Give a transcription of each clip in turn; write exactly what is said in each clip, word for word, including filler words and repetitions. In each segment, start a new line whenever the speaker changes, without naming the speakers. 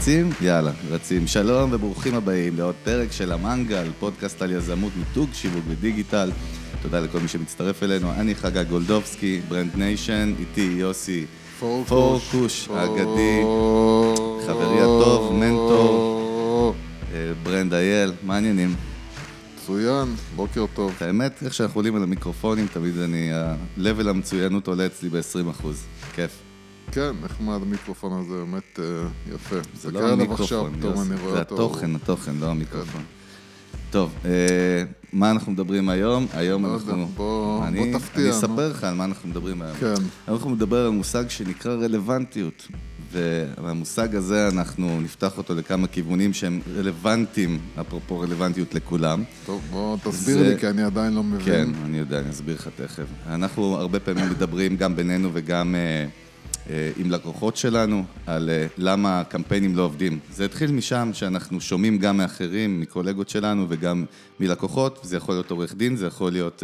רצים? יאללה, רצים. שלום וברוכים הבאים לעוד פרק של המנגל, פודקאסט על יזמות, מיתוג, שיווק ודיגיטל. תודה לכל מי שמצטרף אלינו. אני חגג גולדובסקי, ברנד ניישן, איתי יוסי פורקוש, האגדי, חברי הטוב, מנטור, ברנד אייל, מה העניינים?
מצוין, בוקר טוב.
האמת, איך שאנחנו עולים על המיקרופונים, תמיד אני, ה-level המצוינות עולה אצלי ב-עשרים אחוז. כיף.
כן, נחמד, המיקרופון הזה באמת uh, יפה.
זה לא המיקרופון, זה התוכן, התוכן, לא המיקרופון. טוב, מה אנחנו מדברים היום? היום אנחנו...
בוא תפתיע.
אני אספר לך על מה אנחנו מדברים היום.
כן.
אנחנו מדברים על מושג שנקרא רלוונטיות, והמושג הזה אנחנו נפתח אותו לכמה כיוונים שהם רלוונטיים, אפרופו רלוונטיות לכולם.
טוב, בוא תסביר לי, כי אני עדיין לא מבין.
כן, אני יודע, אני אסביר לך תכף. אנחנו הרבה פעמים מדברים גם בינינו וגם עם לקוחות שלנו, על למה הקמפיינים לא עובדים. זה התחיל משם שאנחנו שומעים גם מאחרים, מקולגות שלנו וגם מלקוחות. זה יכול להיות עורך דין, זה יכול להיות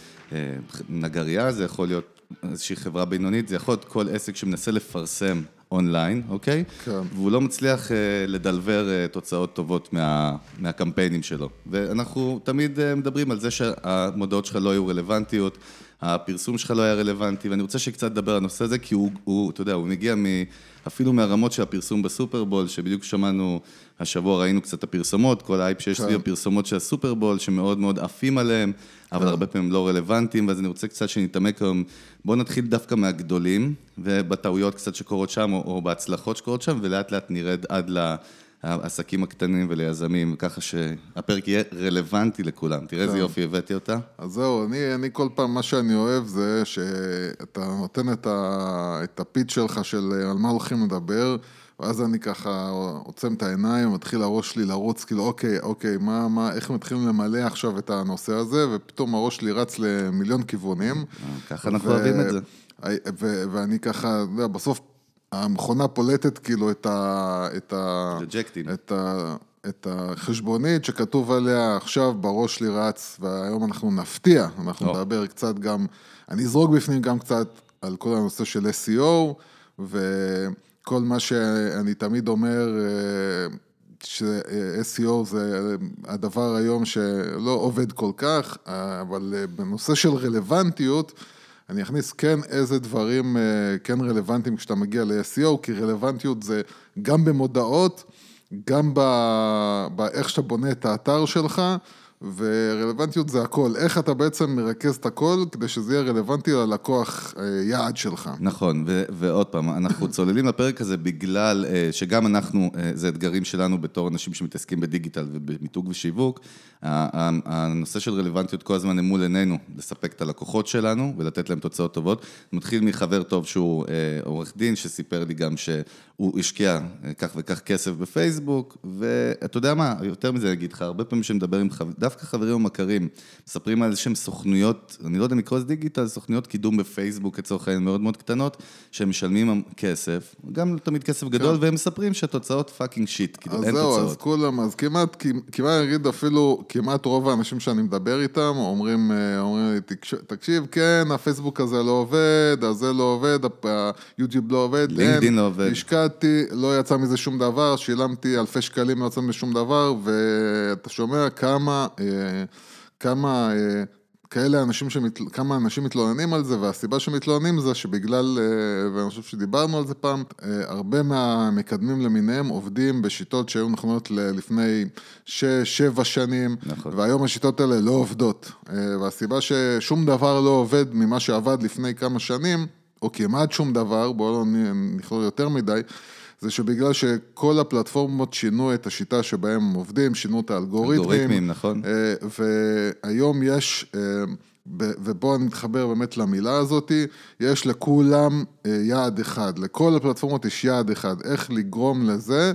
נגריה, זה יכול להיות איזושהי חברה בינונית, זה יכול להיות כל עסק שמנסה לפרסם אונליין, אוקיי?
כן.
והוא לא מצליח לדלבר תוצאות טובות מה, מהקמפיינים שלו. ואנחנו תמיד מדברים על זה שהמודעות שלך לא יהיו רלוונטיות, הפרסום שלך לא היה רלוונטי, ואני רוצה שקצת לדבר על הנושא הזה, כי הוא, הוא, אתה יודע, הוא מגיע מ, אפילו מהרמות של הפרסום בסופרבול, שבדיוק שמענו, השבוע ראינו קצת הפרסומות, כל האייפ שיש סביב הפרסומות של הסופרבול, שמאוד מאוד עפים עליהם, אבל הרבה פעמים לא רלוונטיים, ואז אני רוצה קצת שנתעמק היום, בואו נתחיל דווקא מהגדולים, ובטעויות קצת שקורות שם, או, או בהצלחות שקורות שם, ולאט לאט נרד עד ל... העסקים הקטנים וליזמים, ככה שהפרק יהיה רלוונטי לכולם. תראה איזה יופי, הבאתי אותה.
אז זהו, אני, אני כל פעם, מה שאני אוהב זה שאתה נותן את, ה, את הפיץ שלך של על מה הולכים לדבר, ואז אני ככה עוצם את העיניים, מתחיל הראש שלי לרוץ, כאילו, אוקיי, אוקיי, מה, מה, איך מתחילים למלא עכשיו את הנושא הזה, ופתאום הראש שלי רץ למיליון כיוונים.
ככה אנחנו אוהבים את זה.
ו, ואני ככה, בסוף, המכונה פולטת כאילו את ה... את ה... את ה... את החשבונית שכתוב עליה עכשיו בראש שלי רץ, והיום אנחנו נפתיע, אנחנו נדבר קצת גם, אני אזרוק בפנים גם קצת על כל הנושא של אס אי או, וכל מה שאני תמיד אומר, ש-אס אי או זה הדבר היום שלא עובד כל כך, אבל בנושא של רלוונטיות, אני אכניס כן איזה דברים כן רלוונטיים כשאתה מגיע ל-אס אי או, כי רלוונטיות זה גם במודעות, גם באיך שאתה בונה את האתר שלך, ורלוונטיות זה הכל. איך אתה בעצם מרכז את הכל, כדי שזה יהיה רלוונטי ללקוח יעד שלך.
נכון, ו- ועוד פעם, אנחנו צוללים לפרק הזה בגלל שגם אנחנו, זה אתגרים שלנו בתור אנשים שמתעסקים בדיגיטל ובמיתוג ושיווק, הנושא של רלוונטיות כל הזמן מול עינינו, לספק את הלקוחות שלנו ולתת להם תוצאות טובות. מתחיל מחבר טוב שהוא עורך דין, שסיפר לי גם שהוא השקיע כך וכך כסף בפייסבוק, ואתה יודע מה, יותר מזה אגיד לך, הרבה פעמים שמדבר עם חבר, דווקא חברים ומכרים, מספרים על איזשהם סוכנויות, אני לא יודע מקרוס דיגיטל, סוכנויות קידום בפייסבוק, לצורך העניין מאוד מאוד קטנות, שהם משלמים כסף, גם תמיד כסף גדול, והם מספרים שהתוצאות פאקינג שיט, כאילו אין תוצאות.
אז זהו, אז כולם, אז כמעט, כמעט נגיד אפילו, כמעט רוב האנשים שאני מדבר איתם, אומרים, אומרים לי, תקשיב, כן, הפייסבוק הזה לא עובד, הזה לא עובד, היוטיוב לא עובד,
לינקדין לא עובד.
השקעתי, לא יצא מזה שום דבר, שילמתי אלפי שקלים, לא יצא מזה שום דבר, ואתה שומע כמה, כמה כאלה אנשים, שמת, כמה אנשים מתלוננים על זה, והסיבה שמתלוננים זה שבגלל, ואני חושב שדיברנו על זה פעם, הרבה מהמקדמים למיניהם עובדים בשיטות שהיו נכונות לפני שש, שבע שנים, נכון. והיום השיטות האלה לא עובדות. והסיבה ששום דבר לא עובד ממה שעבד לפני כמה שנים, או כמעט שום דבר, בואו לא נכלול יותר מדי, זה שבגלל שכל הפלטפורמות שינו את השיטה שבהם הם עובדים, שינו את האלגוריתמים.
אלגוריתמים, נכון.
והיום יש, ובואו אני מתחבר באמת למילה הזאת, יש לכולם יעד אחד, לכל הפלטפורמות יש יעד אחד, איך לגרום לזה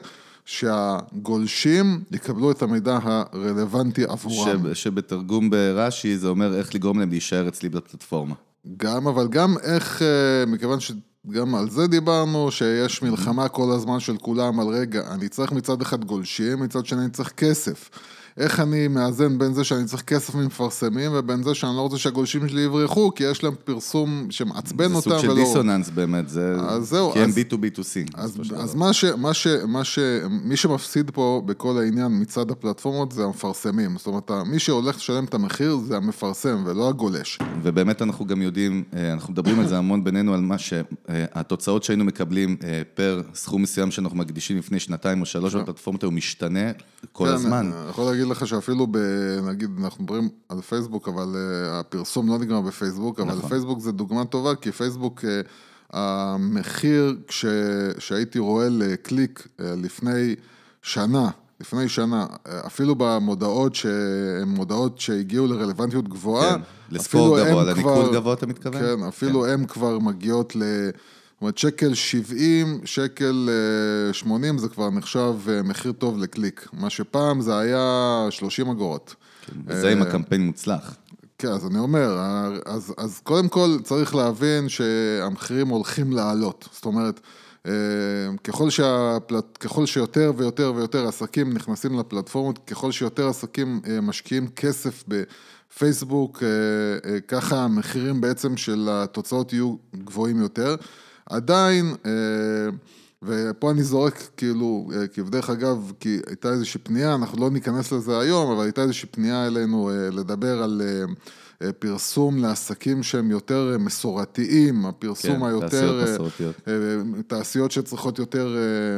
שהגולשים יקבלו את המידע הרלוונטי עבורם.
שבתרגום ברש"י זה אומר איך לגרום להם להישאר אצלי בפלטפורמה.
גם, אבל גם איך, מכיוון ש... גם על זה דיברנו, שיש מלחמה כל הזמן של כולם על רגע, אני צריך מצד אחד גולשים, מצד שני אני צריך כסף. איך אני מאזן בין זה שאני צריך כסף ממפרסמים, ובין זה שאני לא רוצה שהגולשים שלי יברחו, כי יש להם פרסום שמעצבן אותם.
זה סוג של דיסוננס באמת, זה...
זהו,
כי הם בי טו בי טו סי.
אז, אז מה ש, מה ש, מה ש, מי שמפסיד פה בכל העניין מצד הפלטפורמות זה המפרסמים. זאת אומרת, מי שהולך לשלם את המחיר זה המפרסם ולא הגולש.
ובאמת אנחנו גם יודעים, אנחנו מדברים על זה המון בינינו, על מה שהתוצאות שהיינו מקבלים פר סכום מסוים שאנחנו מקדישים לפני שנתיים או שלוש בפלטפורמות, הוא משתנה כל
כן,
הזמן.
אני יכול להגיד לך שאפילו, ב, נגיד, אנחנו מדברים על פייסבוק, אבל הפרסום לא נגמר בפייסבוק, אבל נכון. פייסבוק זה דוגמה טובה, כי פייסבוק... המחיר כש, שהייתי רואה לקליק לפני שנה, לפני שנה, אפילו במודעות שהן מודעות שהגיעו לרלוונטיות גבוהה,
כן, לספור גבוה, לניקוד גבוה אתה מתכוון?
כן, אפילו הן כבר מגיעות ל... זאת אומרת, שקל שבעים, שקל שמונים, זה כבר נחשב מחיר טוב לקליק. מה שפעם זה היה שלושים אגורות.
כן, וזה עם הקמפיין מוצלח.
כן, אז אני אומר, אז, אז קודם כל צריך להבין שהמחירים הולכים לעלות. זאת אומרת, ככל, שהפלט, ככל שיותר ויותר ויותר עסקים נכנסים לפלטפורמות, ככל שיותר עסקים משקיעים כסף בפייסבוק, ככה המחירים בעצם של התוצאות יהיו גבוהים יותר. עדיין, ופה אני זורק כאילו, כבדרך אגב, כי הייתה איזושהי פנייה, אנחנו לא ניכנס לזה היום, אבל הייתה איזושהי פנייה אלינו לדבר על פרסום לעסקים שהם יותר מסורתיים, הפרסום כן, היותר, תעשיות מסורתיות. תעשיות שצריכות יותר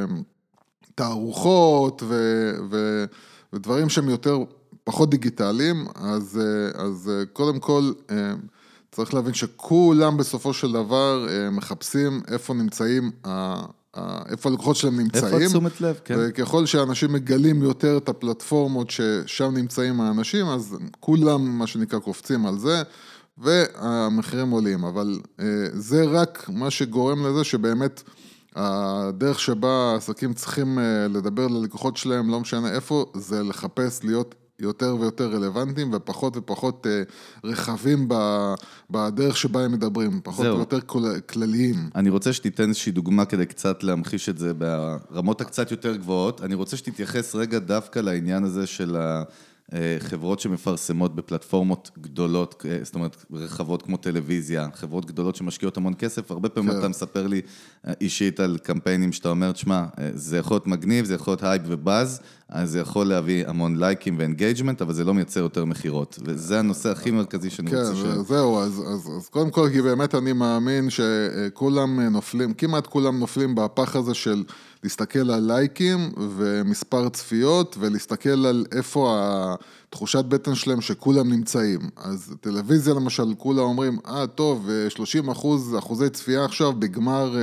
תערוכות ו, ו, ודברים שהם יותר, פחות דיגיטליים, אז, אז קודם כל צריך להבין שכולם בסופו של דבר מחפשים איפה נמצאים איפה הלקוחות שלהם נמצאים.
איפה תשומת לב, כן.
וככל שאנשים מגלים יותר את הפלטפורמות ששם נמצאים האנשים, אז כולם, מה שנקרא, קופצים על זה, והמחירים עולים. אבל זה רק מה שגורם לזה שבאמת הדרך שבה העסקים צריכים לדבר ללקוחות שלהם, לא משנה איפה, זה לחפש להיות יותר ויותר רלוונטיים, ופחות ופחות רחבים בדרך שבה הם מדברים, פחות ויותר כלליים.
אני רוצה שתיתן איזושהי דוגמה כדי קצת להמחיש את זה ברמות הקצת יותר גבוהות. אני רוצה שתתייחס רגע דווקא לעניין הזה של חברות שמפרסמות בפלטפורמות גדולות, זאת אומרת, רחבות כמו טלוויזיה, חברות גדולות שמשקיעות המון כסף, הרבה פעמים אתה מספר לי אישית על קמפיינים שאתה אומר, שמה, זה יכול להיות מגניב, זה יכול להיות הייפ ובאז, אז זה יכול להביא המון לייקים ואנגייג'מנט, אבל זה לא מייצר יותר מחירות, וזה הנושא הכי מרכזי שאני רוצה ש...
כן, זהו, אז, אז, אז קודם כל, כי באמת אני מאמין שכולם נופלים, כמעט כולם נופלים בפח הזה של להסתכל על לייקים ומספר צפיות, ולהסתכל על איפה התחושת בטן שלהם שכולם נמצאים. אז טלוויזיה למשל, כולם אומרים, אה, טוב, שלושים אחוז, אחוזי צפייה עכשיו בגמר...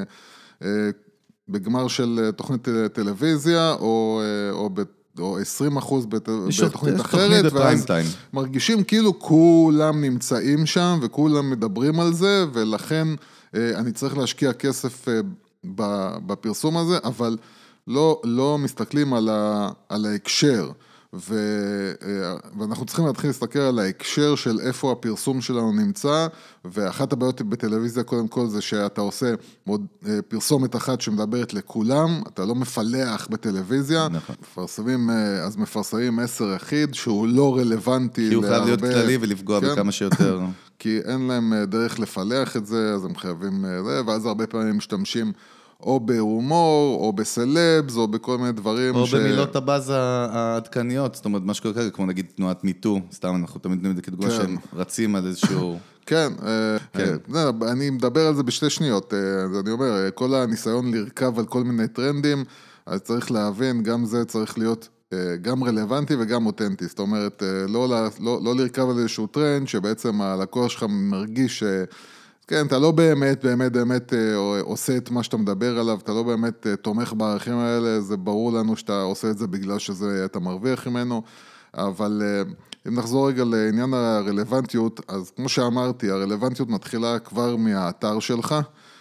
בגמר של תוכנית טלוויזיה, או, או, או עשרים אחוז בתוכנית אחרת, ואז מרגישים כאילו כולם נמצאים שם, וכולם מדברים על זה, ולכן אני צריך להשקיע כסף בפרסום הזה, אבל לא, לא מסתכלים על, ה, על ההקשר, ו, ואנחנו צריכים להתחיל להסתכל על ההקשר של איפה הפרסום שלנו נמצא, ואחת הבעיות בטלוויזיה קודם כל זה שאתה עושה פרסומת אחת שמדברת לכולם, אתה לא מפלח בטלוויזיה, נכון. מפרסמים, אז מפרסמים מסר אחיד שהוא לא רלוונטי.
כי הוא חייב להיות כללי ולפגוע כן? בכמה שיותר.
כי אין להם דרך לפלח את זה, אז הם חייבים, ואז הרבה פעמים משתמשים או בהומור, או בסלבס, או בכל מיני דברים.
או ש... במילות הבאז העדכניות, זאת אומרת, מה שקורה כרגע, כמו נגיד תנועת מיטו, סתם אנחנו תמיד נמיד כדוגמה כן. שהם רצים על איזשהו...
כן, כן. אני מדבר על זה בשתי שניות, אז אני אומר, כל הניסיון לרכב על כל מיני טרנדים, אז צריך להבין, גם זה צריך להיות גם רלוונטי וגם אותנטי, זאת אומרת, לא, לא, לא לרכב על איזשהו טרנד, שבעצם הלקוח שלך מרגיש ש... כן, אתה לא באמת, באמת, באמת עושה את מה שאתה מדבר עליו, אתה לא באמת תומך בערכים האלה, זה ברור לנו שאתה עושה את זה בגלל שזה אתה מרוויח ממנו, אבל אם נחזור רגע לעניין הרלוונטיות, אז כמו שאמרתי, הרלוונטיות מתחילה כבר מהאתר שלך,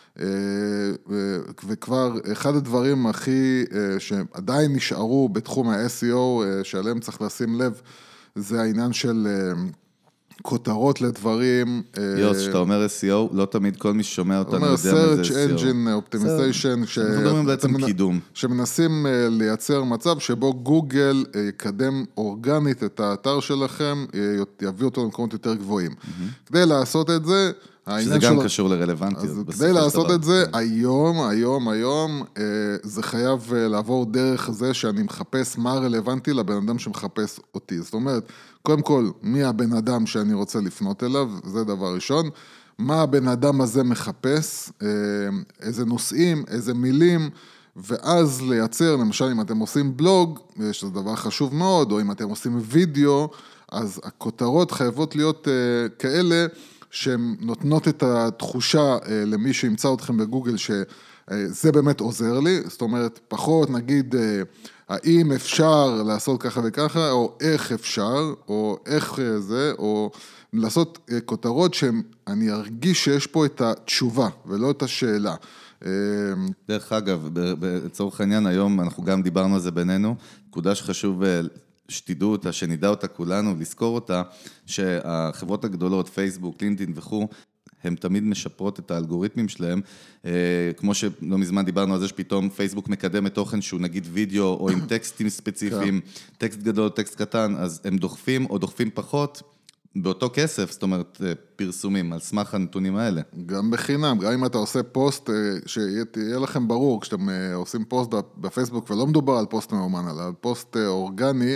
וכבר אחד הדברים הכי, שעדיין נשארו בתחום ה-אס אי או, שעליהם צריך לשים לב, זה העניין של... כותרות לדברים.
יוס, שאתה אומר אס אי או, לא תמיד כל מי ששומע אותנו יודע מה זה
Search
אס אי או.
Engine Optimization, ש...
אנחנו מדברים בעצם קידום.
שמנסים לייצר מצב שבו גוגל יקדם אורגנית את האתר שלכם, יביא אותו למקומות יותר גבוהים. כדי לעשות את זה,
שזה גם קשור לרלוונטיות.
כדי לעשות את זה, היום, היום, היום, זה חייב לעבור דרך זה שאני מחפש מה רלוונטי לבן אדם שמחפש אותי. זאת אומרת, קודם כל, מי הבן אדם שאני רוצה לפנות אליו, זה דבר ראשון. מה הבן אדם הזה מחפש, איזה נושאים, איזה מילים, ואז לייצר, למשל אם אתם עושים בלוג, שזה דבר חשוב מאוד, או אם אתם עושים וידאו, אז הכותרות חייבות להיות כאלה, שהן נותנות את התחושה למי שימצא אתכם בגוגל, שזה באמת עוזר לי, זאת אומרת, פחות נגיד, האם אפשר לעשות ככה וככה, או איך אפשר, או איך זה, או לעשות כותרות שאני ארגיש שיש פה את התשובה, ולא את השאלה.
דרך אגב, בצורך העניין היום, אנחנו גם דיברנו על זה בינינו, נקודה שחשוב שתדעו אותה, שנדע אותה כולנו, לזכור אותה, שהחברות הגדולות, פייסבוק, לינקדאין וכו', הן תמיד משפרות את האלגוריתמים שלהם, כמו שלא מזמן דיברנו על זה שפתאום פייסבוק מקדם את תוכן שהוא נגיד וידאו או עם טקסטים ספציפיים, טקסט גדול, טקסט קטן, אז הם דוחפים או דוחפים פחות באותו כסף, זאת אומרת פרסומים על סמך הנתונים האלה.
גם בחינם, גם אם אתה עושה פוסט, שיהיה לכם ברור, כשאתם עושים פוסט בפייסבוק, ולא מדובר על פוסט מאומן, אלא על פוסט אורגני,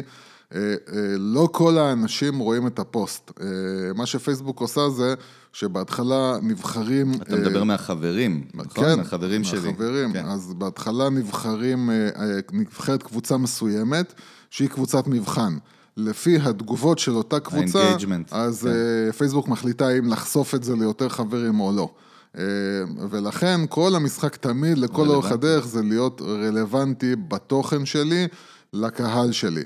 לא כל האנשים רואים את הפוסט. מה שפייסבוק עושה זה שבהתחלה נבחרים...
אתה מדבר מהחברים, נכון?
כן,
מהחברים שלי.
מהחברים. אז בהתחלה נבחרים, נבחרת קבוצה מסוימת, שהיא קבוצת מבחן. לפי התגובות של אותה קבוצה, אז פייסבוק מחליטה אם לחשוף את זה ליותר חברים או לא. ולכן כל המשחק תמיד, לכל אורך הדרך, זה להיות רלוונטי בתוכן שלי, לקהל שלי.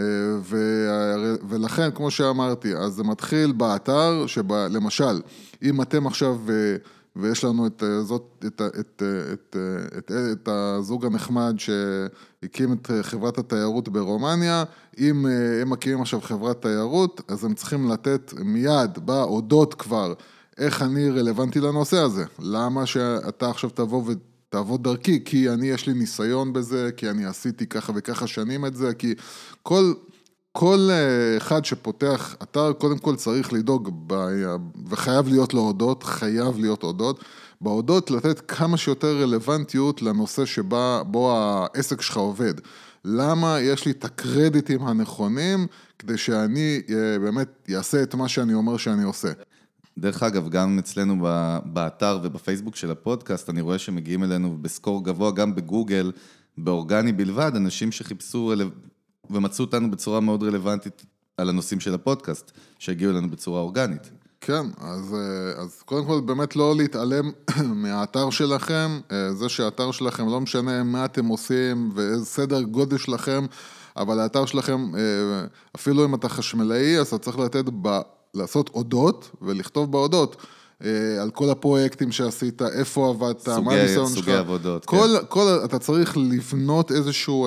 ולכן, כמו שאמרתי, אז זה מתחיל באתר, שלמשל, אם אתם עכשיו, ויש לנו את, זאת, את, את, את, את, את הזוג הנחמד שהקים את חברת התיירות ברומניה, אם הם מקימים עכשיו חברת תיירות, אז הם צריכים לתת מיד באודות כבר, איך אני רלוונטי לנושא הזה. למה שאתה עכשיו תבוא ו... תעבוד דרכי, כי אני, יש לי ניסיון בזה, כי אני עשיתי ככה וככה שנים את זה, כי כל, כל אחד שפותח אתר, קודם כל צריך לדאוג, וחייב להיות לו הודות, חייב להיות הודות, בהודות לתת כמה שיותר רלוונטיות לנושא שבה, בו העסק שלך עובד. למה יש לי את הקרדיטים הנכונים, כדי שאני באמת אעשה את מה שאני אומר שאני עושה.
דרך אגב, גם אצלנו באתר ובפייסבוק של הפודקאסט, אני רואה שמגיעים אלינו בסקור גבוה, גם בגוגל, באורגני בלבד, אנשים שחיפשו ומצאו אותנו בצורה מאוד רלוונטית על הנושאים של הפודקאסט, שהגיעו אלינו בצורה אורגנית.
כן, אז, אז קודם כל באמת לא להתעלם מהאתר שלכם, זה שהאתר שלכם לא משנה מה אתם עושים ואיזה סדר גודל שלכם, אבל האתר שלכם, אפילו אם אתה חשמלאי, אז אתה צריך לתת ב... לעשות אודות ולכתוב באודות על כל הפרויקטים שעשית, איפה עבדת, מה הניסיון שלך.
סוגי עבודות,
כל, כן. כל, אתה צריך לבנות איזשהו,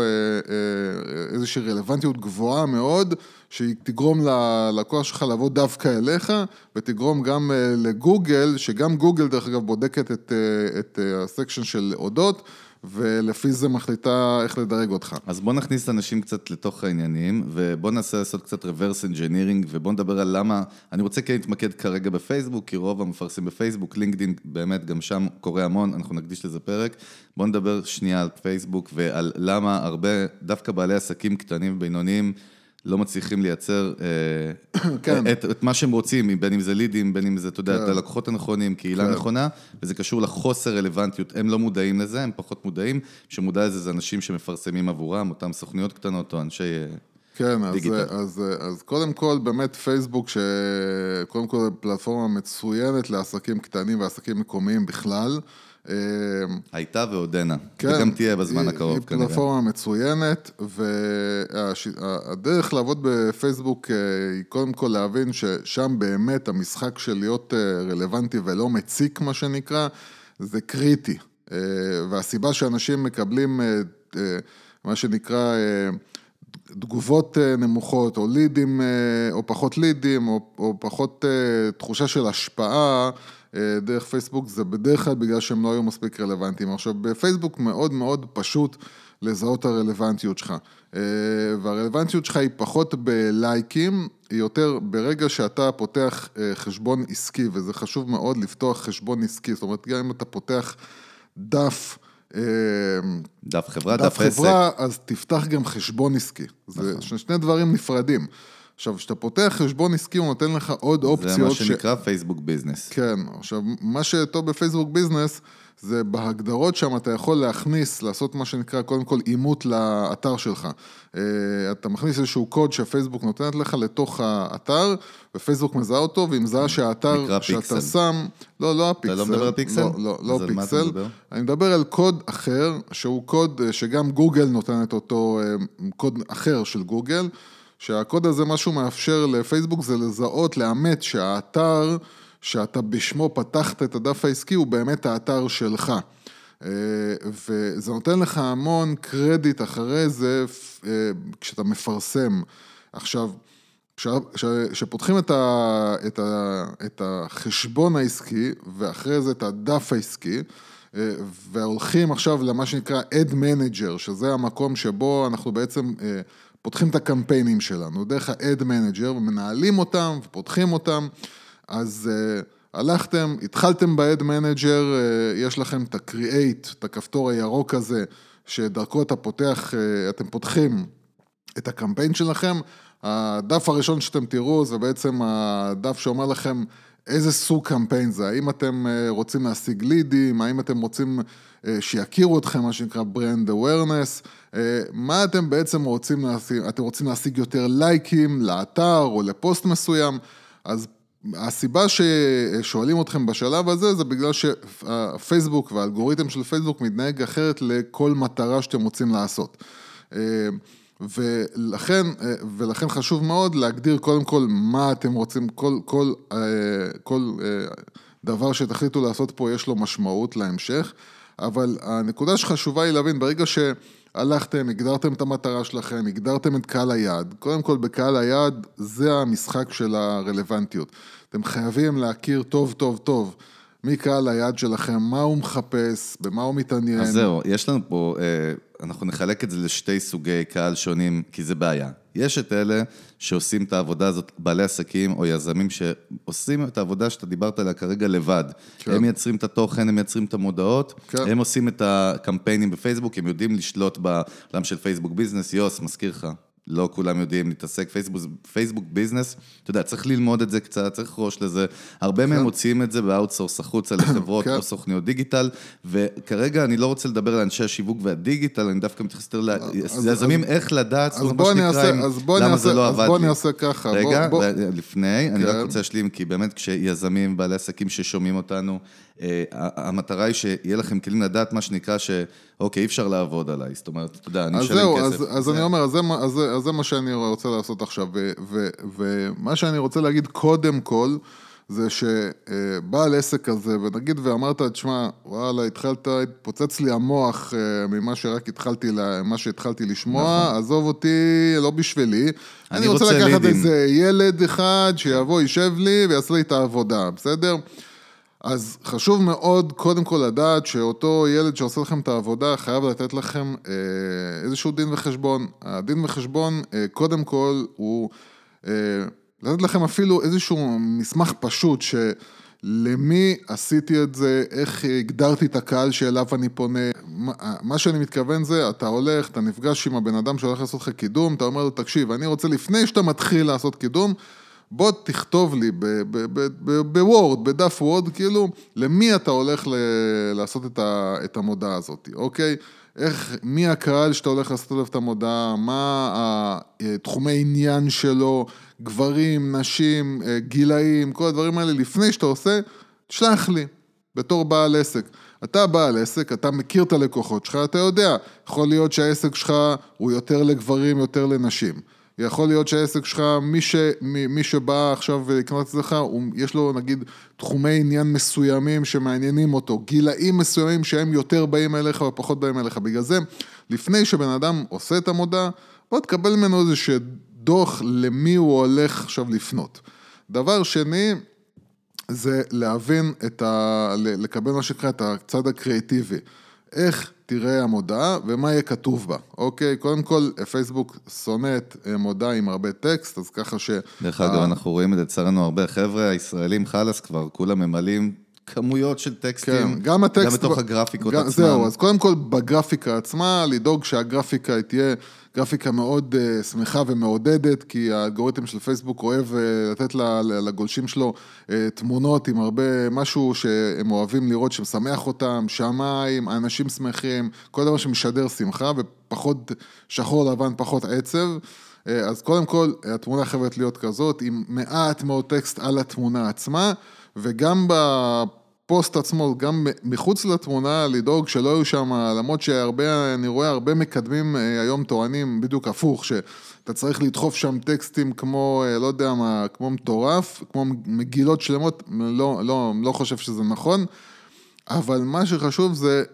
איזושהי רלוונטיות גבוהה מאוד, שהיא תגרום ללקוח שלך לעבוד דווקא אליך, ותגרום גם לגוגל, שגם גוגל דרך אגב בודקת את, את הסקשן של אודות, ולפי זה מחליטה איך לדרג אותך.
אז בוא נכניס אנשים קצת לתוך העניינים, ובוא ננסה לעשות קצת reverse engineering, ובוא נדבר על למה, אני רוצה כן להתמקד כרגע בפייסבוק, כי רוב המפרסים בפייסבוק, לינקדאין, באמת גם שם קורה המון, אנחנו נקדיש לזה פרק, בוא נדבר שנייה על פייסבוק, ועל למה הרבה, דווקא בעלי עסקים קטנים ובינוניים, לא מצליחים לייצר כן. את, את מה שהם רוצים, בין אם זה לידים, בין אם זה, אתה יודע, כן. את הלקוחות הנכונים, קהילה כן. נכונה, וזה קשור לחוסר רלוונטיות, הם לא מודעים לזה, הם פחות מודעים, שמודע לזה זה אנשים שמפרסמים עבורם, אותם סוכניות קטנות או אנשי
כן,
דיגיטל.
אז, אז, אז קודם כל, באמת פייסבוק, שקודם כל פלטפורמה מצוינת לעסקים קטנים ועסקים מקומיים בכלל,
הייתה ועודנה, וגם תהיה בזמן הקרוב כנראה.
היא פלטפורמה מצוינת, והדרך לעבוד בפייסבוק היא קודם כל להבין ששם באמת המשחק של להיות רלוונטי ולא מציק מה שנקרא, זה קריטי. והסיבה שאנשים מקבלים מה שנקרא תגובות נמוכות, או לידים, או פחות לידים, או, או פחות תחושה של השפעה דרך פייסבוק, זה בדרך כלל בגלל שהם לא היו מספיק רלוונטיים. עכשיו, בפייסבוק מאוד מאוד פשוט לזהות הרלוונטיות שלך, והרלוונטיות שלך היא פחות בלייקים, היא יותר ברגע שאתה פותח חשבון עסקי, וזה חשוב מאוד לפתוח חשבון עסקי, זאת אומרת, גם אם אתה פותח דף,
דף חברה,
דף
דף עסק.
חברה, אז תפתח גם חשבון עסקי. זה שני דברים נפרדים. עכשיו, כשאתה פותח חשבון עסקי, הוא נותן לך עוד אופציות.
זה מה שנקרא פייסבוק ביזנס.
כן, עכשיו, מה שטוב בפייסבוק ביזנס, זה בהגדרות שם אתה יכול להכניס, לעשות מה שנקרא, קודם כל, אימות לאתר שלך. אתה מכניס איזשהו קוד שפייסבוק נותנת לך לתוך האתר, ופייסבוק מזהה אותו, והיא מזהה שהאתר שאתה שם, לא, לא הפיקסל.
אתה לא מדבר על פיקסל?
לא, לא, לא פיקסל. אני מדבר על קוד אחר, שהוא קוד שגם גוגל נותנת אותו, קוד אחר של גוגל, שהקוד הזה, מה שהוא מאפשר לפייסבוק, זה לזהות, לאמת שהאתר, שאתה בשמו פתחת את הדף העסקי, הוא באמת האתר שלך. וזה נותן לך המון קרדיט אחרי זה, כשאתה מפרסם. עכשיו, כשפותחים את, ה, את, ה, את החשבון העסקי, ואחרי זה את הדף העסקי, והולכים עכשיו למה שנקרא Ad Manager, שזה המקום שבו אנחנו בעצם פותחים את הקמפיינים שלנו, דרך ה-Ad Manager, ומנהלים אותם ופותחים אותם, אז uh, הלכתם, התחלתם ב-Ad Manager, uh, יש לכם את ה-Create, את הכפתור הירוק הזה, שדרכו אתה פותח, uh, אתם פותחים את הקמפיין שלכם, הדף הראשון שאתם תראו, זה בעצם הדף שאומר לכם איזה סוג קמפיין זה, האם אתם uh, רוצים להשיג לידים, האם אתם רוצים uh, שיכירו אתכם, מה שנקרא Brand Awareness, uh, מה אתם בעצם רוצים להשיג, אתם רוצים להשיג יותר לייקים לאתר או לפוסט מסוים, אז הסיבה ששואלים אתכם בשלב הזה, זה בגלל שהפייסבוק והאלגוריתם של פייסבוק מתנהג אחרת לכל מטרה שאתם רוצים לעשות. ולכן, ולכן חשוב מאוד להגדיר קודם כל מה אתם רוצים, כל, כל, כל דבר שתחליטו לעשות פה יש לו משמעות להמשך, אבל הנקודה שחשובה היא להבין, ברגע שהלכתם, הגדרתם את המטרה שלכם, הגדרתם את קהל היעד, קודם כל בקהל היעד זה המשחק של הרלוונטיות. אתם חייבים להכיר טוב טוב טוב מי קהל היעד שלכם, מה הוא מחפש, במה הוא מתעניין.
אז זהו, יש לנו פה, אנחנו נחלק את זה לשתי סוגי קהל שונים, כי זה בעיה. יש את אלה שעושים את העבודה הזאת, בעלי עסקים או יזמים שעושים את העבודה שאתה דיברת עליה כרגע לבד. כן. הם מייצרים את התוכן, הם מייצרים את המודעות, כן. הם עושים את הקמפיינים בפייסבוק, הם יודעים לשלוט בעולם של פייסבוק ביזנס, יוס, מזכיר לך. לא כולם יודעים להתעסק, פייסבוק, פייסבוק ביזנס, אתה יודע, צריך ללמוד את זה קצת, צריך ראש לזה, הרבה מהם מוצאים את זה באוטסורס החוצה לחברות או סוכניות דיגיטל, וכרגע אני לא רוצה לדבר על אנשי השיווק והדיגיטל, אני דווקא מתייחס יותר ליזמים איך לדעת, למה זה לא עבד לי.
אז בוא נעשה ככה.
רגע, לפני, אני רק רוצה להשלים, כי באמת כשיזמים, בעלי עסקים ששומעים אותנו, המטרה היא שיהיה לכם כלים לדעת מה שנקרא שאוקיי, אי אפשר לעבוד עליי, זאת אומרת, אתה יודע, אני משלם כסף.
אז אני אומר, אז זה מה שאני רוצה לעשות עכשיו, ומה שאני רוצה להגיד קודם כל, זה שבעל עסק הזה, ונגיד ואמרת, תשמע, וואלה, התחלת, התפוצץ לי המוח ממה שרק התחלתי, מה שהתחלתי לשמוע, עזוב אותי, לא בשבילי, אני רוצה לקחת איזה ילד אחד שיבוא, יישב לי ויעשה לי את העבודה, בסדר? אז חשוב מאוד קודם כל לדעת שאותו ילד שעושה לכם את העבודה חייב לתת לכם איזשהו דין וחשבון. הדין וחשבון קודם כל הוא לתת לכם אפילו איזשהו מסמך פשוט שלמי עשיתי את זה, איך הגדרתי את הקהל שאליו אני פונה. מה שאני מתכוון זה, אתה הולך, אתה נפגש עם הבן אדם שהולך לעשות לך קידום, אתה אומר לו, תקשיב, אני רוצה לפני שאתה מתחיל לעשות קידום, בוא תכתוב לי בוורד, בדף וורד, כאילו, למי אתה הולך לעשות את המודעה הזאת, אוקיי? איך, מי הקהל שאתה הולך לעשות עליו את המודעה, מה התחומי עניין שלו, גברים, נשים, גילאים, כל הדברים האלה, לפני שאתה עושה, תשלח לי, בתור בעל עסק. אתה בעל עסק, אתה מכיר את הלקוחות שלך, אתה יודע, יכול להיות שהעסק שלך הוא יותר לגברים, יותר לנשים. יכול להיות שהעסק שלך, מי, ש, מי, מי שבא עכשיו לקנות את לך, יש לו נגיד תחומי עניין מסוימים שמעניינים אותו, גילאים מסוימים שהם יותר באים אליך ופחות באים אליך. בגלל זה, לפני שבן אדם עושה את המודעה, בוא תקבל ממנו איזשהו דוח למי הוא הולך עכשיו לפנות. דבר שני, זה להבין את ה... לקבל מה שקרה, את הצד הקריאטיבי. איך תראה המודעה ומה יהיה כתוב בה, אוקיי? קודם כל, פייסבוק שונאת מודעה עם הרבה טקסט, אז ככה ש...
דרך אגב, אנחנו רואים את זה, צרנו הרבה חבר'ה, הישראלים חלס כבר, כולם ממלאים כמויות של טקסטים,
כן, גם הטקסט...
גם בתוך הגרפיקות עצמם.
זהו, אז קודם כל, בגרפיקה עצמה, לדאוג שהגרפיקה תהיה גרפיקה מאוד uh, שמחה ומעודדת, כי האלגוריתם של פייסבוק אוהב uh, לתת לגולשים שלו uh, תמונות עם הרבה משהו שהם אוהבים לראות שמשמח אותם, שמיים, אנשים שמחים, כל דבר שמשדר שמחה, ופחות שחור לבן, פחות עצב. Uh, אז קודם כל, התמונה חייבת להיות כזאת, עם מעט מאוד טקסט על התמונה עצמה, וגם בפוסט עצמו, גם מחוץ לתמונה, לדאוג שלא היו שם, למרות שהרבה, אני רואה הרבה מקדמים היום טוענים בדיוק הפוך, שאתה צריך לדחוף שם טקסטים כמו, לא יודע מה, כמו מטורף, כמו מגילות שלמות, לא, לא, לא חושב שזה נכון, אבל מה שחשוב זה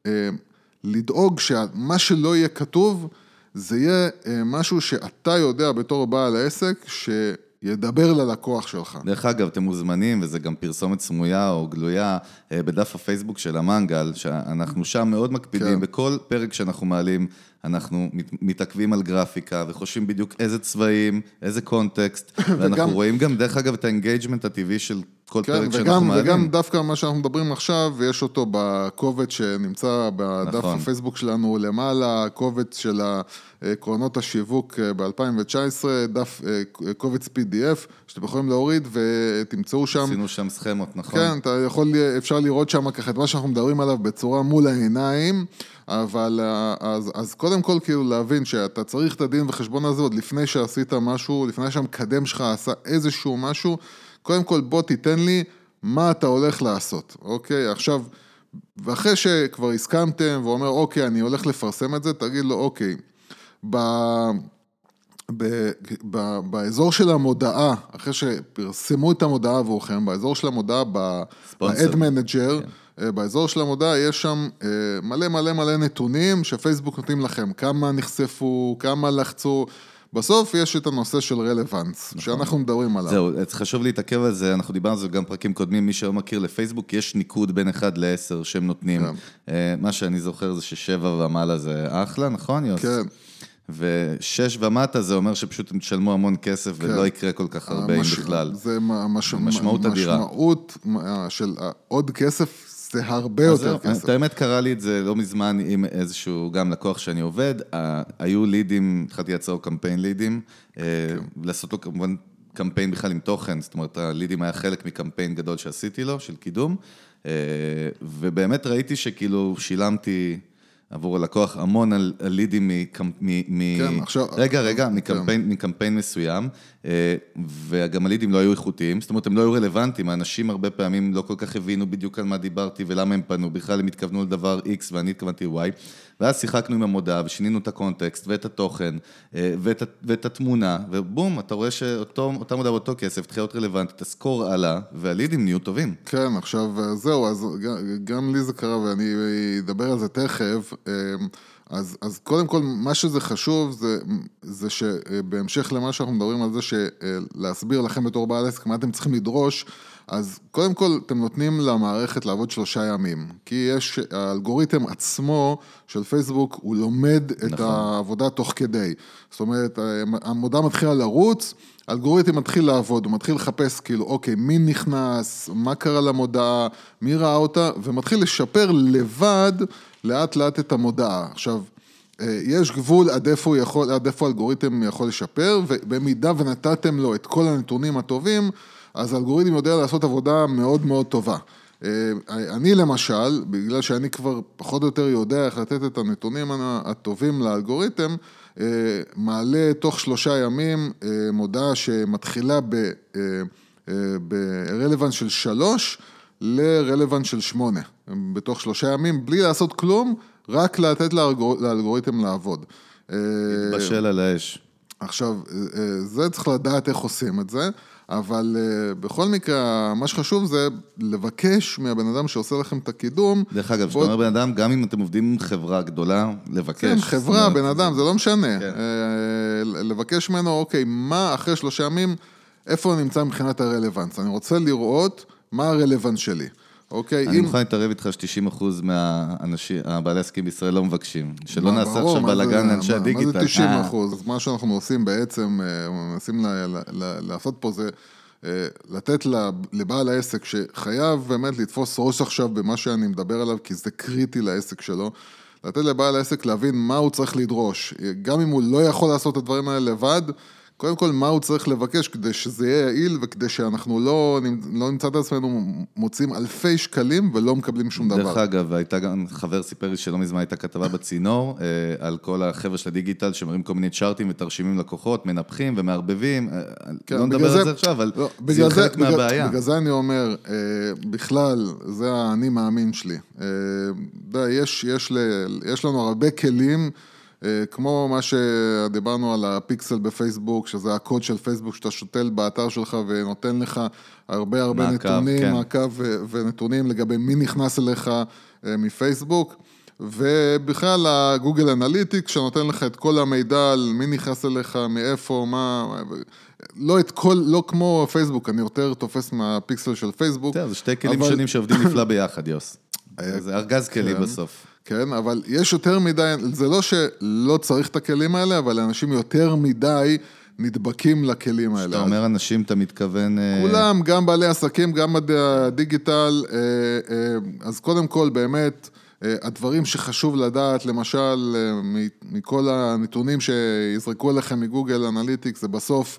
לדאוג שמה שלא יהיה כתוב, זה יהיה משהו שאתה יודע בתור בעל העסק, ש... ידבר ללקוח שלך.
דרך אגב, אתם מוזמנים, וזה גם פרסומת סמויה או גלויה, בדף הפייסבוק של המנגל, שאנחנו שם מאוד מקפידים, כן. בכל פרק שאנחנו מעלים, אנחנו מתעכבים על גרפיקה, וחושבים בדיוק איזה צבעים, איזה קונטקסט, ואנחנו וגם... רואים גם, דרך אגב, את האנגייג'מנט הטבעי של כל כן, פרק וגם, שאנחנו מעלים.
וגם דווקא מה שאנחנו מדברים עכשיו, יש אותו בקובץ שנמצא בדף נכון. הפייסבוק שלנו למעלה, קובץ של עקרונות השיווק ב-אלפיים תשע עשרה, דף קובץ פי די אף, שאתם יכולים להוריד ותמצאו שם.
עשינו שם סכמות, נכון?
כן, אתה יכול, אפשר לראות שם ככה את מה שאנחנו מדברים עליו בצורה מול העיניים, אבל אז, אז קודם כל כאילו להבין שאתה צריך את הדין וחשבון הזה עוד לפני שעשית משהו, לפני שהמקדם שלך עשה איזשהו משהו, קודם כל בוא תיתן לי מה אתה הולך לעשות, אוקיי? עכשיו, ואחרי שכבר הסכמתם ואומר אוקיי, אני הולך לפרסם את זה, תגיד לו אוקיי, ב... ב... ב... באזור של המודעה, אחרי שפרסמו את המודעה עבורכם, באזור של המודעה, ב-Ad Manager, כן. באזור של המודעה יש שם מלא מלא מלא נתונים שפייסבוק נותנים לכם, כמה נחשפו, כמה לחצו, בסוף יש את הנושא של רלוונס, שאנחנו מדברים עליו.
זהו, חשוב להתעכב על זה, אנחנו דיברנו על זה גם פרקים קודמים, מי שלא מכיר לפייסבוק, יש ניקוד בין אחד לעשר שהם נותנים. מה שאני זוכר זה ששבע ומעלה זה אחלה, נכון יוס?
כן.
ושש ומטה זה אומר שפשוט הם תשלמו המון כסף ולא יקרה כל כך הרבה אם בכלל.
זה משמעות אדירה. משמעות של עוד כסף, זה הרבה יותר כסף.
את האמת קרה לי את זה לא מזמן עם איזשהו גם לקוח שאני עובד, היו לידים, התחלתי לעצור קמפיין לידים, לעשות לו כמובן קמפיין בכלל עם תוכן, זאת אומרת הלידים היה חלק מקמפיין גדול שעשיתי לו, של קידום, ובאמת ראיתי שכאילו שילמתי עבור הלקוח המון על לידים רגע, רגע, מקמפיין מסוים, וגם הלידים לא היו איכותיים, זאת אומרת, הם לא היו רלוונטיים, האנשים הרבה פעמים לא כל כך הבינו בדיוק על מה דיברתי ולמה הם פנו, בכלל הם התכוונו לדבר X ואני התכוונתי Y, ואז שיחקנו עם המודעה ושינינו את הקונטקסט ואת התוכן ואת התמונה, ובום, אתה רואה שאותה מודעה באותו כסף, תחילה להיות רלוונטית, הסקור עלה, והלידים נהיו טובים.
כן, עכשיו זהו, אז גם לי זה קרה ואני אדבר על זה תכף, אז, אז קודם כל, מה שזה חשוב, זה, זה שבהמשך למה שאנחנו מדברים על זה, שלהסביר לכם בתור בעל עסק, מה אתם צריכים לדרוש, אז קודם כל, אתם נותנים למערכת לעבוד שלושה ימים, כי יש, האלגוריתם עצמו של פייסבוק, הוא לומד את נכון. העבודה תוך כדי. זאת אומרת, המודעה מתחילה לרוץ, האלגוריתם מתחיל לעבוד, הוא מתחיל לחפש כאילו, אוקיי, מי נכנס, מה קרה למודעה, מי ראה אותה, ומתחיל לשפר לבד, לאט לאט את המודעה. עכשיו, יש גבול עד איפה, יכול, עד איפה האלגוריתם יכול לשפר, ובמידה ונתתם לו את כל הנתונים הטובים, אז האלגוריתם יודע לעשות עבודה מאוד מאוד טובה. אני למשל, בגלל שאני כבר פחות או יותר יודע איך לתת את הנתונים הטובים לאלגוריתם, מעלה תוך שלושה ימים מודעה שמתחילה ברלוונס של שלוש, לרלוונס של שמונה, בתוך שלושה ימים, בלי לעשות כלום, רק לתת לאלגוריתם לעבוד.
בשל על האש.
עכשיו, זה צריך לדעת איך עושים את זה, אבל uh, בכל מקרה, מה שחשוב זה לבקש מהבן אדם שעושה לכם את הקידום.
דרך אגב, שאתה אומר בן אדם, גם אם אתם עובדים עם חברה גדולה, לבקש.
כן, חברה, בן אדם, זה לא משנה.
כן.
Uh, לבקש ממנו, אוקיי, מה אחרי שלושה ימים, איפה נמצא מבחינת הרלוונס? אני רוצה לראות מה הרלוונס שלי. אוקיי,
אני
אם...
מוכן להתערב איתך ש-תשעים אחוז מהאנשים, הבעלי עסקים בישראל לא מבקשים. שלא נעשה עכשיו בלגן לאנשי הדיגיטל.
מה זה תשעים אחוז? אז מה שאנחנו עושים בעצם, מנסים לעשות פה זה, לתת לבעל העסק שחייב באמת לתפוס ראש עכשיו במה שאני מדבר עליו, כי זה קריטי לעסק שלו, לתת לבעל העסק להבין מה הוא צריך לדרוש. גם אם הוא לא יכול לעשות את הדברים האלה לבד, קודם כל, מה הוא צריך לבקש כדי שזה יהיה יעיל, וכדי שאנחנו לא, לא נמצא את עצמנו מוצאים אלפי שקלים ולא מקבלים שום דבר.
דרך אגב, הייתה גם, חבר סיפר לי שלא מזמן הייתה כתבה בצינור, על כל החבר'ה של הדיגיטל, שמראים כל מיני צ'ארטים ותרשימים לקוחות, מנפחים ומערבבים, כן, לא נדבר על זה עכשיו, אבל לא, זה חלק
בגלל,
מהבעיה.
בגלל זה אני אומר, בכלל, זה האני מאמין שלי. יש, יש, יש לנו הרבה כלים, כמו מה שדיברנו על הפיקסל בפייסבוק, שזה הקוד של פייסבוק שאתה שותל באתר שלך ונותן לך הרבה הרבה מעקב, נתונים, כן. מעקב ונתונים לגבי מי נכנס אליך מפייסבוק, ובכלל הגוגל אנליטיקס שנותן לך את כל המידע על מי נכנס אליך, מאיפה, מה, לא את כל, לא כמו פייסבוק, אני יותר תופס מהפיקסל של פייסבוק.
זה שתי כלים אבל... שונים שעובדים נפלא ביחד, יוס. זה ארגז כלים כן. בסוף.
כן, אבל יש יותר מדי, זה לא שלא צריך את הכלים האלה, אבל אנשים יותר מדי נדבקים לכלים האלה.
כשאתה אומר אנשים, אתה מתכוון...
כולם, גם בעלי עסקים, גם הדיגיטל, אז קודם כל באמת, הדברים שחשוב לדעת, למשל, מכל הנתונים שיזרקו אליכם מגוגל אנליטיקס, זה בסוף...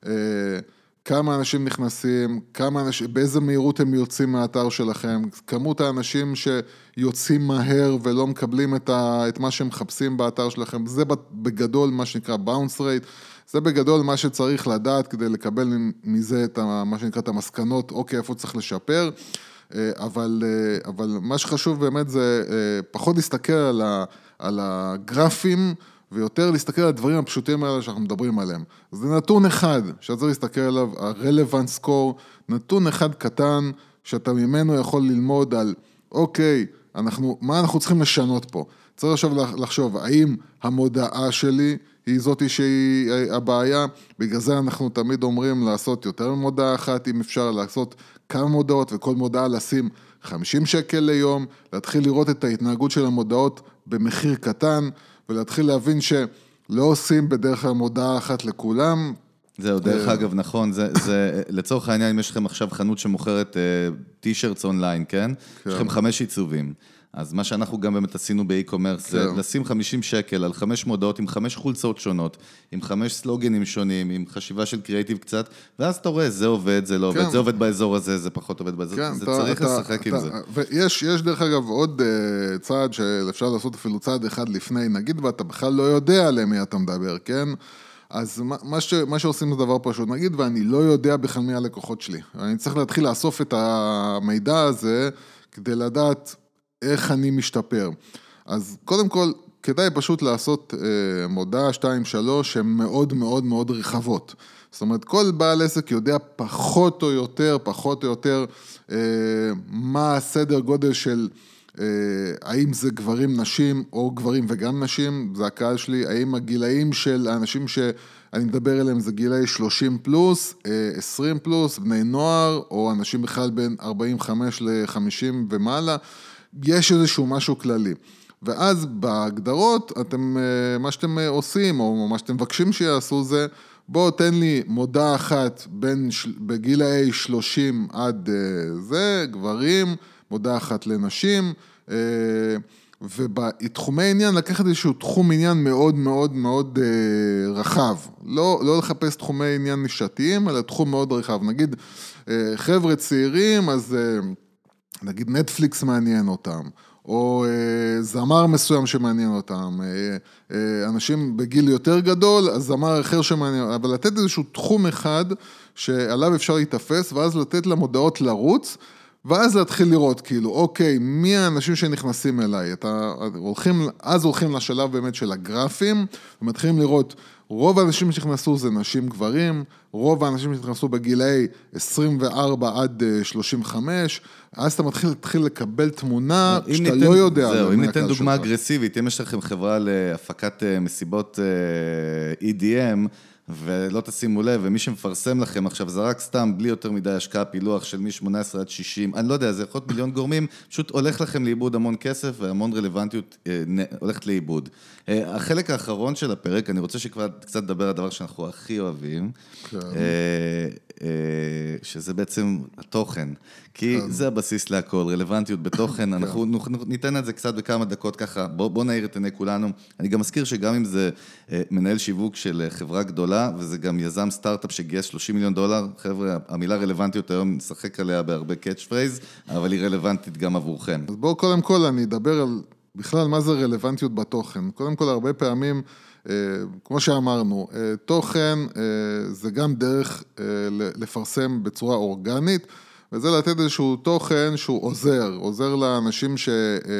כמה אנשים נכנסים, כמה אנשים, באיזה מהירות הם יוצאים מהאתר שלכם, כמות האנשים שיוצאים מהר ולא מקבלים את, ה, את מה שהם מחפשים באתר שלכם, זה בגדול מה שנקרא bounce rate, זה בגדול מה שצריך לדעת כדי לקבל מזה את ה, מה שנקרא את המסקנות, אוקיי, איפה צריך לשפר, אבל, אבל מה שחשוב באמת זה פחות להסתכל על, ה, על הגרפים, ויותר להסתכל על הדברים הפשוטים האלה שאנחנו מדברים עליהם. זה נתון אחד שאתה צריך להסתכל עליו, ה-relevant score, נתון אחד קטן שאתה ממנו יכול ללמוד על, אוקיי, אנחנו, מה אנחנו צריכים לשנות פה? צריך עכשיו לחשוב, האם המודעה שלי היא זאת שהיא הבעיה? בגלל זה אנחנו תמיד אומרים לעשות יותר ממודעה אחת, אם אפשר לעשות כמה מודעות, וכל מודעה לשים חמישים שקל ליום, להתחיל לראות את ההתנהגות של המודעות במחיר קטן, ולהתחיל להבין שלא עושים בדרך כלל מודעה אחת לכולם.
זהו, דרך אגב, נכון, זה, זה, לצורך העניין, אם יש לכם עכשיו חנות שמוכרת טי-שירטס אונליין, כן? יש לכם חמש עיצובים. אז מה שאנחנו גם באמת עשינו באי-קומרס, זה לשים חמישים שקל על חמש מודעות עם חמש חולצות שונות, עם חמש סלוגנים שונים, עם חשיבה של קריאטיב קצת, ואז אתה רואה, זה עובד, זה לא עובד, זה עובד באזור הזה, זה פחות עובד באזור, זה צריך לשחק עם זה.
ויש דרך אגב עוד צעד שאפשר לעשות אפילו צעד אחד לפני, נגיד, ואתה בכלל לא יודע למי אתה מדבר, כן? אז מה, ש, מה שעושים זה דבר פשוט, נגיד, ואני לא יודע בכלל מי הלקוחות שלי. אני צריך להתחיל לאסוף את המידע הזה, כדי לדעת איך אני משתפר. אז קודם כל, כדאי פשוט לעשות אה, מודעה שתיים שלוש, שהן מאוד מאוד מאוד רחבות. זאת אומרת, כל בעל עסק יודע פחות או יותר, פחות או יותר, אה, מה הסדר גודל של... האם זה גברים, נשים, או גברים וגם נשים, זה הקהל שלי, האם הגילאים של האנשים שאני מדבר אליהם זה גילאי שלושים פלוס, עשרים פלוס, בני נוער, או אנשים בכלל בין ארבעים וחמש לחמישים ומעלה, יש איזשהו משהו כללי. ואז בהגדרות, אתם, מה שאתם עושים, או מה שאתם מבקשים שיעשו זה, בואו תן לי מודעה אחת בין, בגילאי שלושים עד זה, גברים, מודעה אחת לנשים, ובתחומי עניין לקחת איזשהו תחום עניין מאוד מאוד מאוד רחב, לא, לא לחפש תחומי עניין נישתיים, אלא תחום מאוד רחב, נגיד חבר'ה צעירים, אז נגיד נטפליקס מעניין אותם, או זמר מסוים שמעניין אותם, אנשים בגיל יותר גדול, אז זמר אחר שמעניין, אבל לתת איזשהו תחום אחד שעליו אפשר להתאפס, ואז לתת למודעות לרוץ, ואז להתחיל לראות, כאילו, אוקיי, מי האנשים שנכנסים אליי? אתה, הולכים, אז הולכים לשלב באמת של הגרפים, ומתחילים לראות, רוב האנשים שנכנסו זה נשים גברים, רוב האנשים שנכנסו בגילאי עשרים וארבע עד שלושים וחמש, אז אתה מתחיל, מתחיל לקבל תמונה שאתה לא יודע.
זהו, אם ניתן דוגמה אגרסיבית, אם יש לכם חברה להפקת מסיבות E D M, ולא תשימו לב, ומי שמפרסם לכם עכשיו, זה רק סתם, בלי יותר מדי השקעה, פילוח של מ-שמונה עשרה עד שישים, אני לא יודע, זה יכול להיות מיליון גורמים, פשוט הולך לכם לאיבוד המון כסף, והמון רלוונטיות אה, הולכת לאיבוד. אה, החלק האחרון של הפרק, אני רוצה שכבר קצת לדבר על הדבר שאנחנו הכי אוהבים, כן. אה, אה, שזה בעצם התוכן, כי כן. זה הבסיס להכל, רלוונטיות בתוכן, כן. אנחנו ניתן את זה קצת בכמה דקות ככה, בוא, בוא נעיר את עיני כולנו, אני גם מזכיר שגם אם זה אה, מנהל שיווק של חברה גדולה, וזה גם יזם סטארט-אפ שגייס שלושים מיליון דולר, חבר'ה, המילה רלוונטיות היום נשחק עליה בהרבה קאץ' פרייז, אבל היא רלוונטית גם עבורכם.
אז בואו קודם כל אני אדבר על בכלל מה זה רלוונטיות בתוכן. קודם כל הרבה פעמים, כמו שאמרנו, תוכן זה גם דרך לפרסם בצורה אורגנית, וזה לתת איזשהו תוכן שהוא עוזר, עוזר לאנשים ש...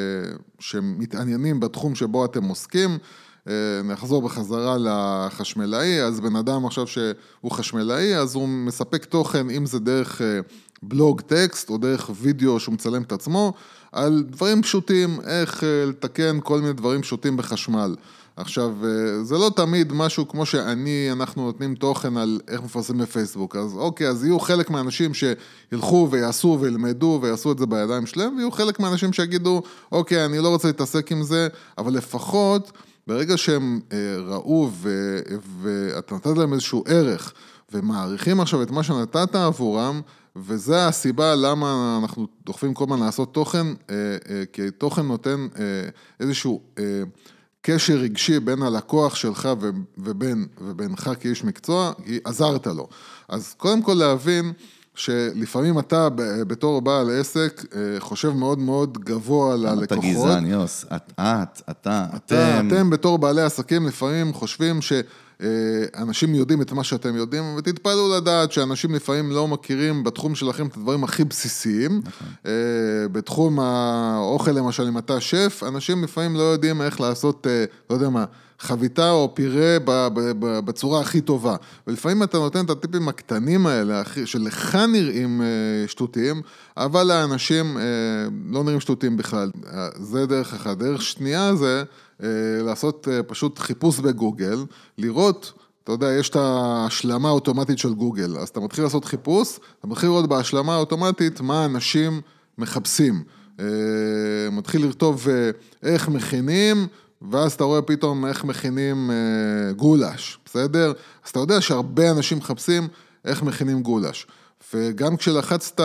שמתעניינים בתחום שבו אתם עוסקים, נחזור בחזרה לחשמלאי, אז בן אדם עכשיו שהוא חשמלאי, אז הוא מספק תוכן, אם זה דרך בלוג טקסט, או דרך וידאו שהוא מצלם את עצמו, על דברים פשוטים, איך לתקן כל מיני דברים פשוטים בחשמל. עכשיו, זה לא תמיד משהו כמו שאני, אנחנו נותנים תוכן על איך מפרסם בפייסבוק, אז אוקיי, אז יהיו חלק מהאנשים שילכו ויעשו וילמדו ויעשו את זה בידיים שלהם, ויהיו חלק מהאנשים שיגידו, אוקיי, אני לא רוצה להתעסק עם זה, אבל לפחות ברגע שהם ראו ואתה נתת להם איזשהו ערך, ומעריכים עכשיו את מה שנתת עבורם, וזה הסיבה למה אנחנו דוחפים כל הזמן לעשות תוכן, כי תוכן נותן איזשהו קשר רגשי בין הלקוח שלך ובין, ובינך כאיש מקצוע, כי עזרת לו. אז קודם כל להבין שלפעמים אתה בתור בעל עסק חושב מאוד מאוד גבוה על הלקוחות.
אתה גזען, יוס, את, את, אתה,
אתם. אתם בתור בעלי עסקים לפעמים חושבים שאנשים יודעים את מה שאתם יודעים, ותתפלאו לדעת שאנשים לפעמים לא מכירים בתחום שלכם את הדברים הכי בסיסיים. בתחום האוכל למשל, אם אתה שף, אנשים לפעמים לא יודעים איך לעשות, לא יודע מה, חביתה או פירה בצורה הכי טובה. ולפעמים אתה נותן את הטיפים הקטנים האלה, שלך נראים שטותיים, אבל לאנשים לא נראים שטותיים בכלל. זה דרך אחת. דרך שנייה זה לעשות פשוט חיפוש בגוגל, לראות, אתה יודע, יש את ההשלמה האוטומטית של גוגל, אז אתה מתחיל לעשות חיפוש, אתה מתחיל לראות בהשלמה האוטומטית מה אנשים מחפשים. מתחיל לרטוב איך מכינים, ואז אתה רואה פתאום איך מכינים גולש, בסדר? אז אתה יודע שהרבה אנשים מחפשים איך מכינים גולש. וגם כשלחצת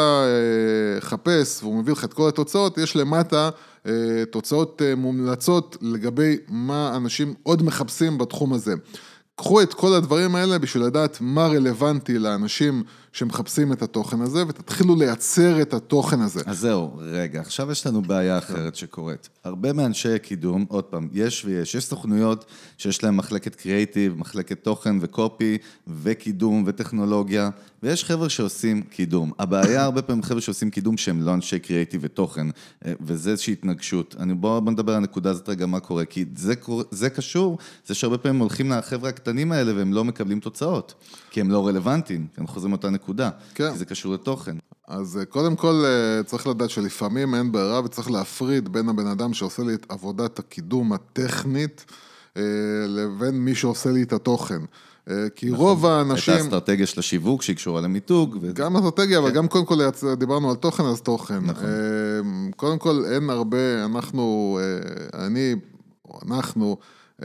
חפש והוא מביא לך את כל התוצאות, יש למטה תוצאות מומלצות לגבי מה אנשים עוד מחפשים בתחום הזה. קחו את כל הדברים האלה בשביל לדעת מה רלוונטי לאנשים שמחפשים את התוכן הזה, ותתחילו לייצר את התוכן הזה.
אז זהו, רגע, עכשיו יש לנו בעיה אחרת שקורית. הרבה מאנשי קידום, עוד פעם, יש ויש, יש סוכנויות שיש להם מחלקת קריאיטיב, מחלקת תוכן וקופי, וקידום וטכנולוגיה, ויש חבר'ה שעושים קידום. הבעיה הרבה פעמים חבר'ה שעושים קידום שהם לא אנשי קריאיטיב ותוכן, וזה איזושהי התנגשות. אני בוא, בוא נדבר על הנקודה הזאת רגע מה קורה, כי זה, זה קשור, זה שהרבה פעמים הולכים לחבר'ה הקטנים האלה, והם לא מקבלים תוצאות, כי הם לא רלוונטיים, כי הם חוזרים אותה נקודה, כן. כי זה קשור לתוכן.
אז קודם כל צריך לדעת שלפעמים אין ברירה, וצריך להפריד בין הבן אדם שעושה לי את עבודת הקידום הטכנית, לבין מי שעושה לי את התוכן. כי נכון. רוב האנשים...
את האסטרטגיה של השיווק שקשורה למיתוג. ו...
גם אסטרטגיה, כן. אבל גם קודם כל דיברנו על תוכן, אז תוכן. נכון. קודם כל אין הרבה, אנחנו, אני, אנחנו...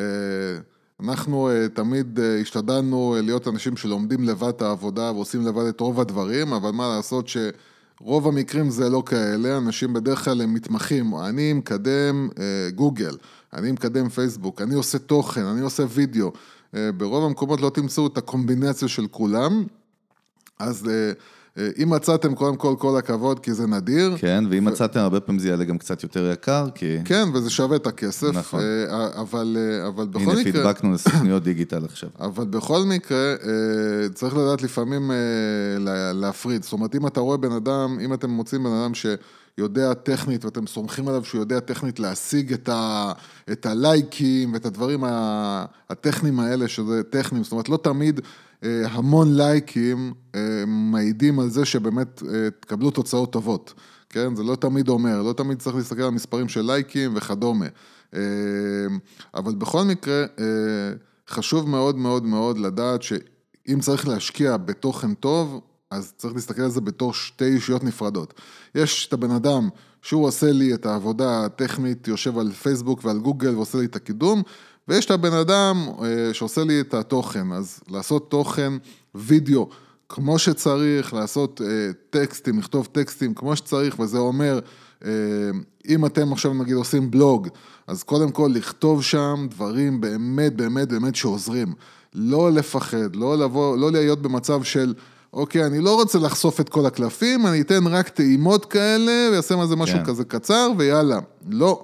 אנחנו תמיד השתדלנו להיות אנשים שלומדים לבד את העבודה ועושים לבד את רוב הדברים, אבל מה לעשות שרוב המקרים זה לא כאלה, אנשים בדרך כלל הם מתמחים, אני מקדם גוגל, אני מקדם פייסבוק, אני עושה תוכן, אני עושה וידאו, ברוב המקומות לא תמצאו את הקומבינציה של כולם, אז... אם מצאתם קודם כל כל הכבוד, כי זה נדיר.
כן, ואם ו... מצאתם הרבה פעמים זה יעלה גם קצת יותר יקר, כי...
כן, וזה שווה את הכסף. נכון. אבל, אבל בכל
הנה
מקרה...
הנה פידבקנו לסוכניות דיגיטל עכשיו.
אבל בכל מקרה, צריך לדעת לפעמים להפריד. זאת אומרת, אם אתה רואה בן אדם, אם אתם מוצאים בן אדם ש... יודע טכנית, ואתם סומכים עליו שהוא יודע טכנית להשיג את, ה, את הלייקים ואת הדברים הטכניים האלה, שזה טכניים, זאת אומרת, לא תמיד המון לייקים מעידים על זה שבאמת תקבלו תוצאות טובות, כן? זה לא תמיד אומר, לא תמיד צריך להסתכל על מספרים של לייקים וכדומה. אבל בכל מקרה, חשוב מאוד מאוד מאוד לדעת שאם צריך להשקיע בתוכן טוב, אז צריך להסתכל על זה בתור שתי אישיות נפרדות. יש את הבן אדם שהוא עושה לי את העבודה הטכנית, יושב על פייסבוק ועל גוגל ועושה לי את הקידום, ויש את הבן אדם שעושה לי את התוכן, אז לעשות תוכן וידאו כמו שצריך, לעשות טקסטים, לכתוב טקסטים כמו שצריך, וזה אומר, אם אתם עכשיו נגיד עושים בלוג, אז קודם כל לכתוב שם דברים באמת באמת באמת שעוזרים, לא לפחד, לא לבוא, לא להיות במצב של, אוקיי, אני לא רוצה לחשוף את כל הקלפים, אני אתן רק טעימות כאלה, ויעשה מה זה משהו כן. כזה קצר, ויאללה, לא.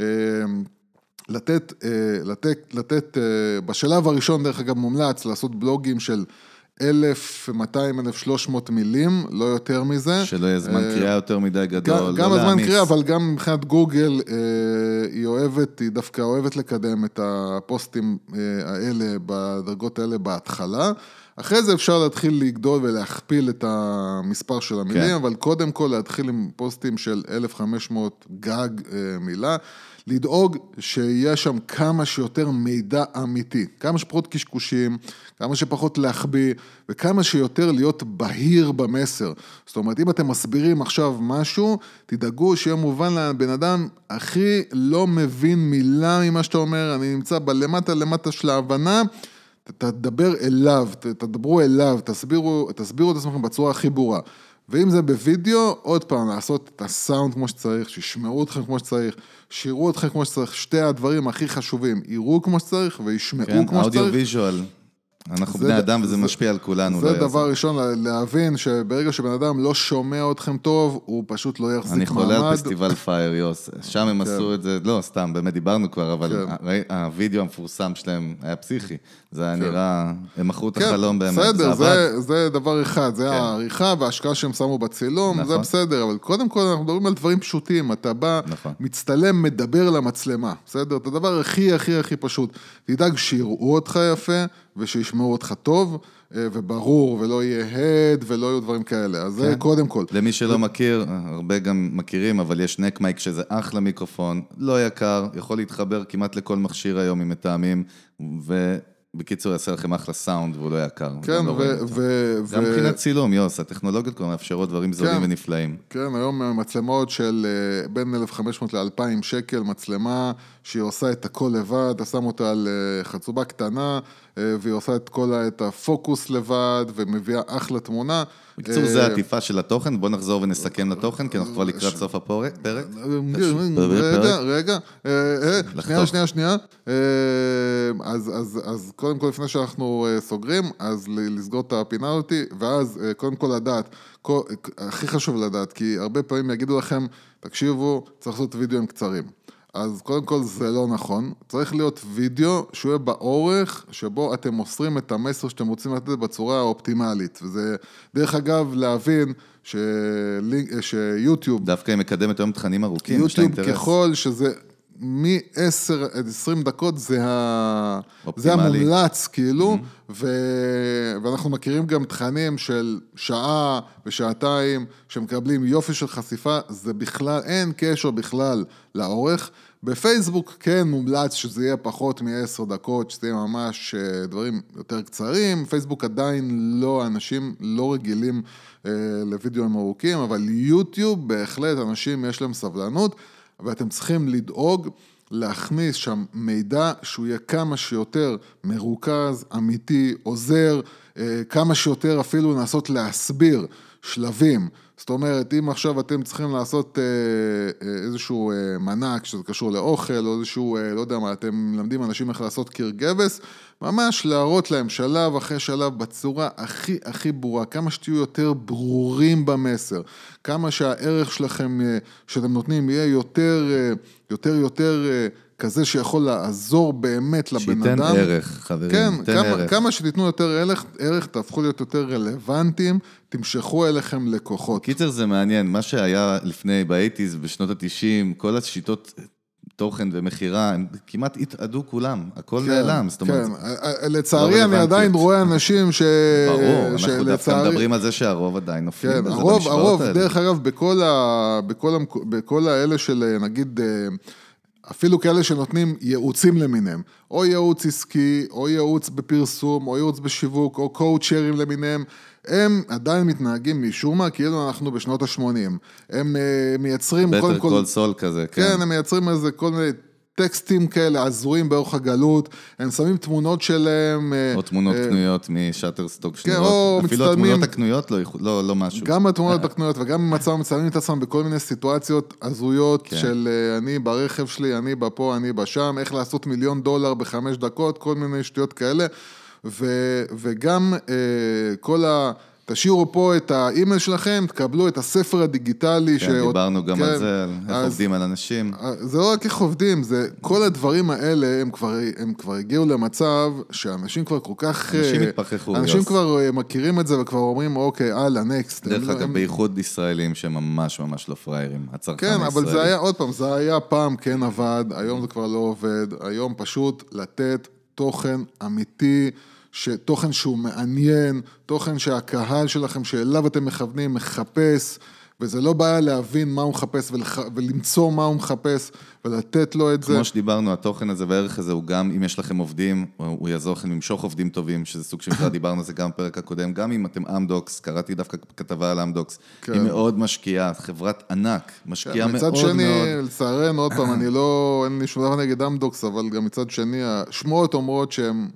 לתת, לתת, לתת, בשלב הראשון דרך אגב מומלץ, לעשות בלוגים של אלף ומאתיים, אלף ושלוש מאות מילים, לא יותר מזה.
שלא יהיה זמן קריאה יותר מדי גדול,
גם,
לא
גם הזמן
להעמיס.
קריאה, אבל גם מבחינת גוגל, היא אוהבת, היא דווקא אוהבת לקדם את הפוסטים האלה, בדרגות האלה בהתחלה. אחרי זה אפשר להתחיל לגדול ולהכפיל את המספר של המילים, כן. אבל קודם כל להתחיל עם פוסטים של אלף וחמש מאות גג מילה, לדאוג שיש שם כמה שיותר מידע אמיתי, כמה שפחות קשקושים, כמה שפחות להחביא, וכמה שיותר להיות בהיר במסר. זאת אומרת, אם אתם מסבירים עכשיו משהו, תדאגו שיהיה מובן לבן אדם הכי לא מבין מילה ממה שאתה אומר, אני נמצא בלמטה למטה של ההבנה, תדבר אליו, תדברו אליו, תסבירו, תסבירו את עצמכם בצורה הכי ברורה. ואם זה בווידאו, עוד פעם, לעשות את הסאונד כמו שצריך, שישמעו אתכם כמו שצריך, שיראו אתכם כמו שצריך, שתי הדברים הכי חשובים, יראו כמו שצריך וישמעו
כן,
כמו שצריך.
אודיו ויז'ואל. אנחנו בני אדם וזה משפיע על כולנו.
זה דבר ראשון, להבין שברגע שבן אדם לא שומע אתכם טוב, הוא פשוט לא יחזיק מעמד.
אני חולה על פסטיבל פייר, יוס. שם הם עשו את זה, לא, סתם, באמת דיברנו כבר, אבל הווידאו המפורסם שלהם היה פסיכי. זה היה נראה, הם מכרו את החלום באמת.
בסדר, זה דבר אחד, זה העריכה וההשקעה שהם שמו בצילום, זה בסדר, אבל קודם כל אנחנו מדברים על דברים פשוטים, אתה בא, מצטלם, מדבר למצלמה, בסדר? את הדבר הכי הכי הכי פשוט. תדאג שיראו אותך יפה, ושישמעו אותך טוב, וברור, ולא יהיה הד, ולא יהיו דברים כאלה. אז זה קודם כל.
למי שלא מכיר, הרבה גם מכירים, אבל יש נק מייק שזה אחלה מיקרופון, לא יקר, יכול להתחבר כמעט לכל מכשיר היום עם מטעמים, ובקיצור יעשה לכם אחלה סאונד, והוא לא יקר.
כן, ו...
גם מבחינת צילום, יוס, הטכנולוגיות כבר מאפשרות דברים זולים ונפלאים.
כן, היום מצלמות של בין אלף וחמש מאות ל-אלפיים שקל, מצלמה שהיא עושה את הכל לבד, אתה שם אותה על חצובה קטנה, והיא עושה את כל, את הפוקוס לבד, ומביאה אחלה תמונה.
בקיצור, זה העטיפה של התוכן, בואו נחזור ונסכם לתוכן, כי אנחנו כבר לקראת סוף הפרק.
רגע, רגע, שנייה, שנייה, שנייה. אז קודם כל, לפני שאנחנו סוגרים, אז לסגור את הפינה אותי, ואז קודם כל לדעת, הכי חשוב לדעת, כי הרבה פעמים יגידו לכם, תקשיבו, צריך לעשות וידאוים קצרים. אז קודם כל זה לא נכון, צריך להיות וידאו שהוא יהיה באורך שבו אתם מוסרים את המסר שאתם רוצים לתת בצורה האופטימלית, וזה דרך אגב להבין ש... שיוטיוב...
דווקא היא מקדמת היום תכנים ארוכים,
יוטיוב ככל שזה מ-עשר עד עשרים דקות זה, ה... זה המומלץ כאילו, mm-hmm. ו... ואנחנו מכירים גם תכנים של שעה ושעתיים שמקבלים יופי של חשיפה, זה בכלל, אין קשר בכלל לאורך. בפייסבוק כן מומלץ שזה יהיה פחות מ-עשר דקות, שזה יהיה ממש דברים יותר קצרים, פייסבוק עדיין לא, אנשים לא רגילים אה, לוידאוים ארוכים, אבל יוטיוב בהחלט אנשים יש להם סבלנות, ואתם צריכים לדאוג להכניס שם מידע שהוא יהיה כמה שיותר מרוכז, אמיתי, עוזר, כמה שיותר אפילו לנסות להסביר שלבים. זאת אומרת, אם עכשיו אתם צריכים לעשות איזשהו מנק שזה קשור לאוכל, או איזשהו, לא יודע מה, אתם מלמדים אנשים איך לעשות קיר גבס, ממש להראות להם שלב אחרי שלב בצורה הכי הכי ברורה, כמה שתהיו יותר ברורים במסר, כמה שהערך שלכם שאתם נותנים יהיה יותר יותר יותר כזה שיכול לעזור באמת לבן
שייתן
אדם.
ערך, חברים,
כן,
ייתן
כמה,
ערך.
כמה שתיתנו יותר ערך, ערך, תהפכו להיות יותר רלוונטיים, תמשכו אליכם לקוחות.
קיצר זה מעניין, מה שהיה לפני, ב-שמונים, בשנות ה-תשעים, כל השיטות תוכן ומחירה, הם כמעט התעדו כולם, הכל
כן,
נעלם, זאת אומרת,
כן, לצערי אני עדיין רואה אנשים ש...
ברור, אנחנו
שלצערי...
דווקא מדברים על זה שהרוב עדיין נופלים
כן,
בזה,
הרוב,
במשוואות
הרוב,
האלה.
דרך אגב, בכל, ה... בכל, ה... בכל האלה של, נגיד, אפילו כאלה שנותנים ייעוצים למיניהם, או ייעוץ עסקי, או ייעוץ בפרסום, או ייעוץ בשיווק, או קואוצ'רים למיניהם, הם עדיין מתנהגים משום מה, כאילו אנחנו בשנות ה-שמונים. הם uh, מייצרים קודם כל...
בטר קול סול כזה, כן.
כן, הם מייצרים איזה כל מיני טקסטים כאלה, עזורים באורך הגלות, הם שמים תמונות שלהם...
או תמונות uh, קנויות משאטרסטוק
כן, או
שנראות, אפילו
מצטלמים...
התמונות הקנויות לא, לא, לא משהו.
גם התמונות הקנויות וגם במצב מצלמים את עצמם בכל מיני סיטואציות הזויות כן. של uh, אני ברכב שלי, אני בפה, אני בשם, איך לעשות מיליון דולר בחמש דקות, כל מיני שטויות כאלה. ו, וגם uh, כל ה... תשאירו פה את האימייל שלכם, תקבלו את הספר הדיגיטלי.
כן, שעוד, דיברנו גם כן, על זה, איך אז, עובדים על אנשים.
זה לא רק איך עובדים, זה כל הדברים האלה, הם כבר, הם כבר הגיעו למצב שאנשים כבר כל כך...
אנשים התפכחו.
אנשים
יוס.
כבר מכירים את זה וכבר אומרים, אוקיי, הלאה, נקסט.
דרך אגב,
הם...
בייחוד ישראלים שהם ממש ממש לא פריירים, הצרכן
כן,
הישראלי.
אבל זה היה, עוד פעם, זה היה פעם כן עבד, היום זה כבר לא עובד, היום פשוט לתת תוכן אמיתי, שתוכן שהוא מעניין, תוכן שהקהל שלכם שאליו אתם מכוונים מחפש, וזה לא בעיה להבין מה הוא מחפש ולח... ולמצוא מה הוא מחפש ולתת לו את זה.
כמו שדיברנו, התוכן הזה והערך הזה הוא גם, אם יש לכם עובדים, הוא יעזור לכם למשוך עובדים טובים, שזה סוג שבכלל דיברנו על זה גם בפרק הקודם, גם אם אתם אמדוקס, קראתי דווקא כתבה על אמדוקס, כן. היא מאוד משקיעה, חברת ענק, משקיעה כן, מאוד
מצד שני,
מאוד.
לצערנו, עוד פעם, אני לא, אין לי שום דבר נגד אמדוקס, אבל גם מצד שני, השמועות אומרות שהם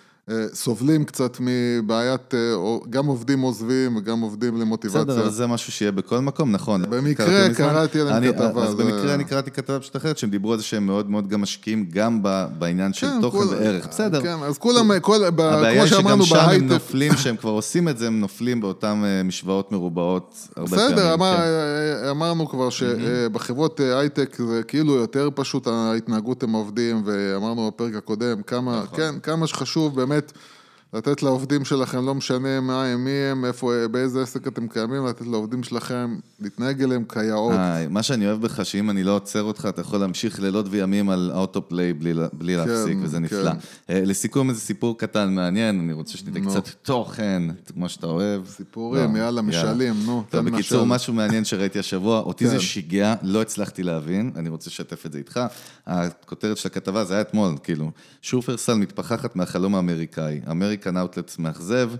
סובלים קצת מבעיית, גם עובדים עוזבים וגם עובדים למוטיבציה.
בסדר, אבל זה משהו שיהיה בכל מקום, נכון.
במקרה קראתי עליהם כתבה.
אז במקרה אני קראתי כתבה פשוט אחרת, שהם דיברו על זה שהם מאוד מאוד גם משקיעים גם בעניין של תוכן וערך. בסדר.
כן, אז כולם,
הבעיה היא שגם שם הם נופלים, שהם כבר עושים את זה, הם נופלים באותם משוואות מרובעות הרבה פעמים.
בסדר, אמרנו כבר שבחברות הייטק זה כאילו יותר פשוט ההתנהגות הם עובדים, ואמרנו בפרק הקודם כמה שחשוב באמת לתת לעובדים שלכם, לא משנה מה הם, מי הם, איפה, באיזה עסק אתם קיימים, לתת לעובדים שלכם, להתנהג אליהם כיאות.
מה שאני אוהב בך, שאם אני לא עוצר אותך, אתה יכול להמשיך לילות וימים על אוטופליי בלי להפסיק, וזה נפלא. לסיכום, איזה סיפור קטן מעניין, אני רוצה שתדע קצת תוכן, כמו שאתה אוהב.
סיפורים, יאללה, משאלים, נו.
בקיצור, משהו מעניין שראיתי השבוע, אותי זה שיגע, לא הצלחתי להבין, אני רוצה לשתף את זה איתך. הכותרת של הכתבה, זה היה אתמול, כאילו, שופרסל מתפחחת מהחלום האמריקאי. אמריקן אאוטלטס מאכזב,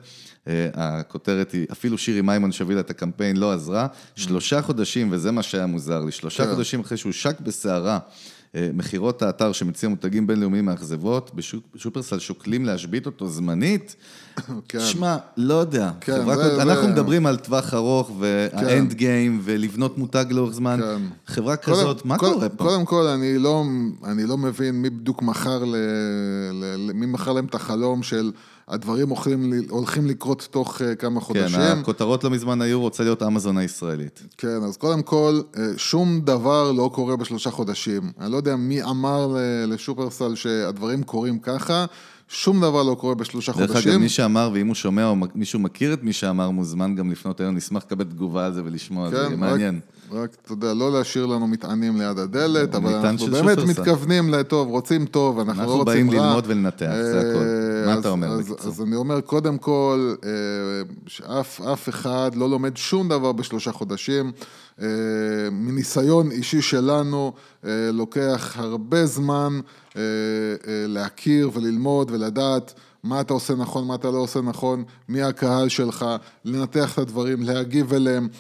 הכותרת היא, אפילו שירי מיימון שהובילה את הקמפיין לא עזרה, שלושה חודשים, וזה מה שהיה מוזר לי, שלושה חודשים אחרי שהוא שק בסערה, מחירות האתר שמציע מותגים בינלאומיים מאכזבות, בשופרסל שוקלים להשבית אותו זמנית, שמע, לא יודע, אנחנו מדברים על טווח ארוך והאנד גיים ולבנות מותג לאורך זמן, חברה כזאת, מה קורה פה?
קודם כל, אני לא מבין מי בדיוק מחר, מי מחר להם את החלום של הדברים הולכים לקרות תוך כמה חודשים.
כן, הכותרות לא מזמן היו רוצה להיות אמזון הישראלית.
כן, אז קודם כל, שום דבר לא קורה בשלושה חודשים. אני לא יודע מי אמר לשופרסל שהדברים קורים ככה, שום דבר לא קורה בשלושה חודשים.
דרך אגב, מי שאמר, ואם הוא שומע או מישהו מכיר את מי שאמר, מוזמן גם לפנות היום, נשמח לקבל תגובה על זה ולשמוע, זה מעניין.
רק, אתה יודע, לא להשאיר לנו מטענים ליד הדלת, אבל אנחנו באמת מתכוונים לטוב, רוצים טוב, אנחנו לא רוצים רע.
אנחנו באים ללמוד ולנתח, זה הכל. מה אתה אומר בקיצור?
אז אני אומר, קודם כל, שאף אחד לא לומד שום דבר בשלושה חודשים, מניסיון אישי שלנו, לוקח הרבה זמן להכיר וללמוד ולדעת מה אתה עושה נכון, מה אתה לא עושה נכון, מי הקהל שלך, לנתח את הדברים, להגיב אליהם.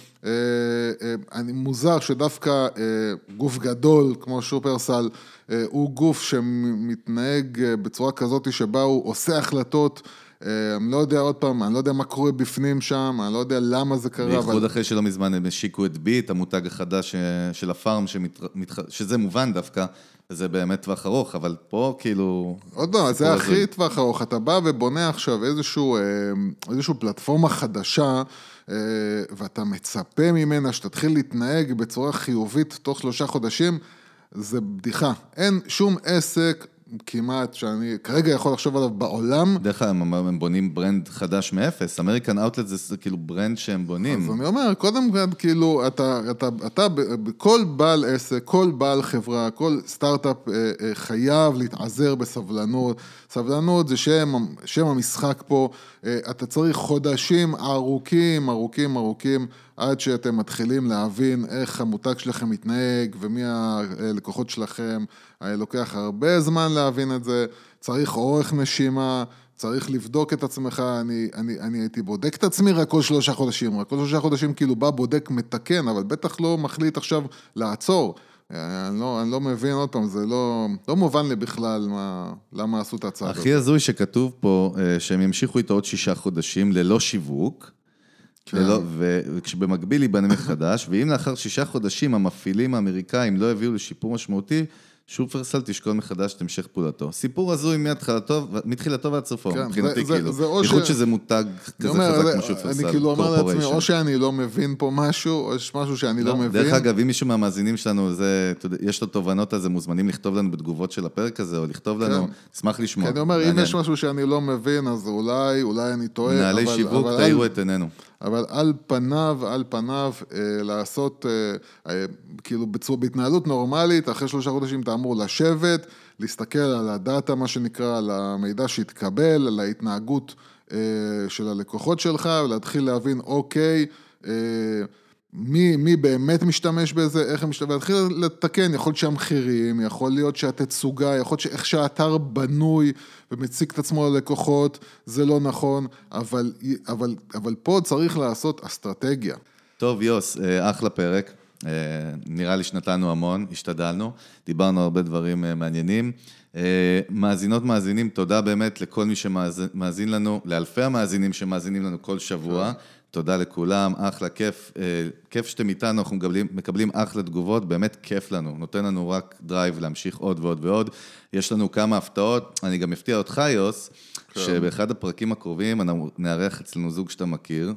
אני מוזר שדווקא גוף גדול כמו שופרסל, הוא גוף שמתנהג בצורה כזאת שבה הוא עושה החלטות, אני לא יודע עוד פעם, אני לא יודע מה קורה בפנים שם, אני לא יודע למה זה קרה.
בייחוד אבל... אחרי שלא מזמן הם השיקו את ביט, המותג החדש של הפארם, שמת... שזה מובן דווקא, וזה באמת טווח ארוך, אבל פה כאילו...
עוד לא, זה הכי טווח ארוך, אתה בא ובונה עכשיו איזשהו, איזשהו פלטפורמה חדשה, ואתה מצפה ממנה שתתחיל להתנהג בצורה חיובית תוך שלושה חודשים, זה בדיחה. אין שום עסק כמעט שאני כרגע יכול לחשוב עליו בעולם.
דרך כלל הם, הם בונים ברנד חדש מאפס, אמריקן אאוטלט זה כאילו ברנד שהם בונים.
אז אני אומר, קודם כל, כאילו, אתה, אתה, אתה, כל בעל עסק, כל בעל חברה, כל סטארט-אפ חייב להתעזר בסבלנות. סבלנות זה שם, שם המשחק פה, אתה צריך חודשים ארוכים, ארוכים, ארוכים, עד שאתם מתחילים להבין איך המותג שלכם מתנהג, ומי הלקוחות שלכם, לוקח הרבה זמן להבין את זה, צריך אורך נשימה, צריך לבדוק את עצמך, אני, אני, אני הייתי בודק את עצמי רק כל שלושה חודשים, רק כל שלושה חודשים כאילו בא בודק מתקן, אבל בטח לא מחליט עכשיו לעצור. אני לא, אני לא מבין עוד פעם, זה לא, לא מובן לי בכלל מה, למה עשו את הצעד הזה.
הכי הזוי שכתוב פה, שהם ימשיכו איתו עוד שישה חודשים ללא שיווק, כן. ללא, וכשבמקביל ייבנה מחדש, ואם לאחר שישה חודשים המפעילים האמריקאים לא הביאו לשיפור משמעותי, שופרסל תשקול מחדש את המשך פעולתו. סיפור הזוי מתחילתו ועד סופו, מבחינתי כאילו. איכות שזה מותג כזה חזק כמו שופרסל.
אני כאילו אומר לעצמי, או שאני לא מבין פה משהו, או יש משהו שאני לא מבין.
דרך אגב, אם מישהו מהמאזינים שלנו, יש לו תובנות הזה, מוזמנים לכתוב לנו בתגובות של הפרק הזה, או לכתוב לנו, אשמח לשמוע.
אני אומר, אם יש משהו שאני לא מבין, אז אולי, אולי אני טועה.
מנהלי שיווק, תאירו את עינינו.
אבל על פניו, על פניו, אה, לעשות, אה, אה, כאילו בצורה, בהתנהלות נורמלית, אחרי שלושה חודשים אתה אמור לשבת, להסתכל על הדאטה, מה שנקרא, על המידע שהתקבל, על ההתנהגות אה, של הלקוחות שלך, ולהתחיל להבין, אוקיי, אה, מי, מי באמת משתמש בזה, איך הם משתמש, ולהתחיל לתקן, יכול להיות שהמחירים, יכול להיות שהתצוגה, יכול להיות שאיך שהאתר בנוי ומציג את עצמו ללקוחות, זה לא נכון, אבל, אבל, אבל פה צריך לעשות אסטרטגיה.
טוב, יוס, אחלה פרק, נראה לי שנתנו המון, השתדלנו, דיברנו הרבה דברים מעניינים, מאזינות מאזינים, תודה באמת לכל מי שמאזין לנו, לאלפי המאזינים שמאזינים לנו כל שבוע, תודה לכולם, אחלה, כיף, כיף שאתם איתנו, אנחנו מקבלים, מקבלים אחלה תגובות, באמת כיף לנו, נותן לנו רק דרייב להמשיך עוד ועוד ועוד, יש לנו כמה הפתעות, אני גם אפתיע אותך יוס, שבאחד הפרקים הקרובים אנחנו נערך אצלנו זוג שאתה מכיר,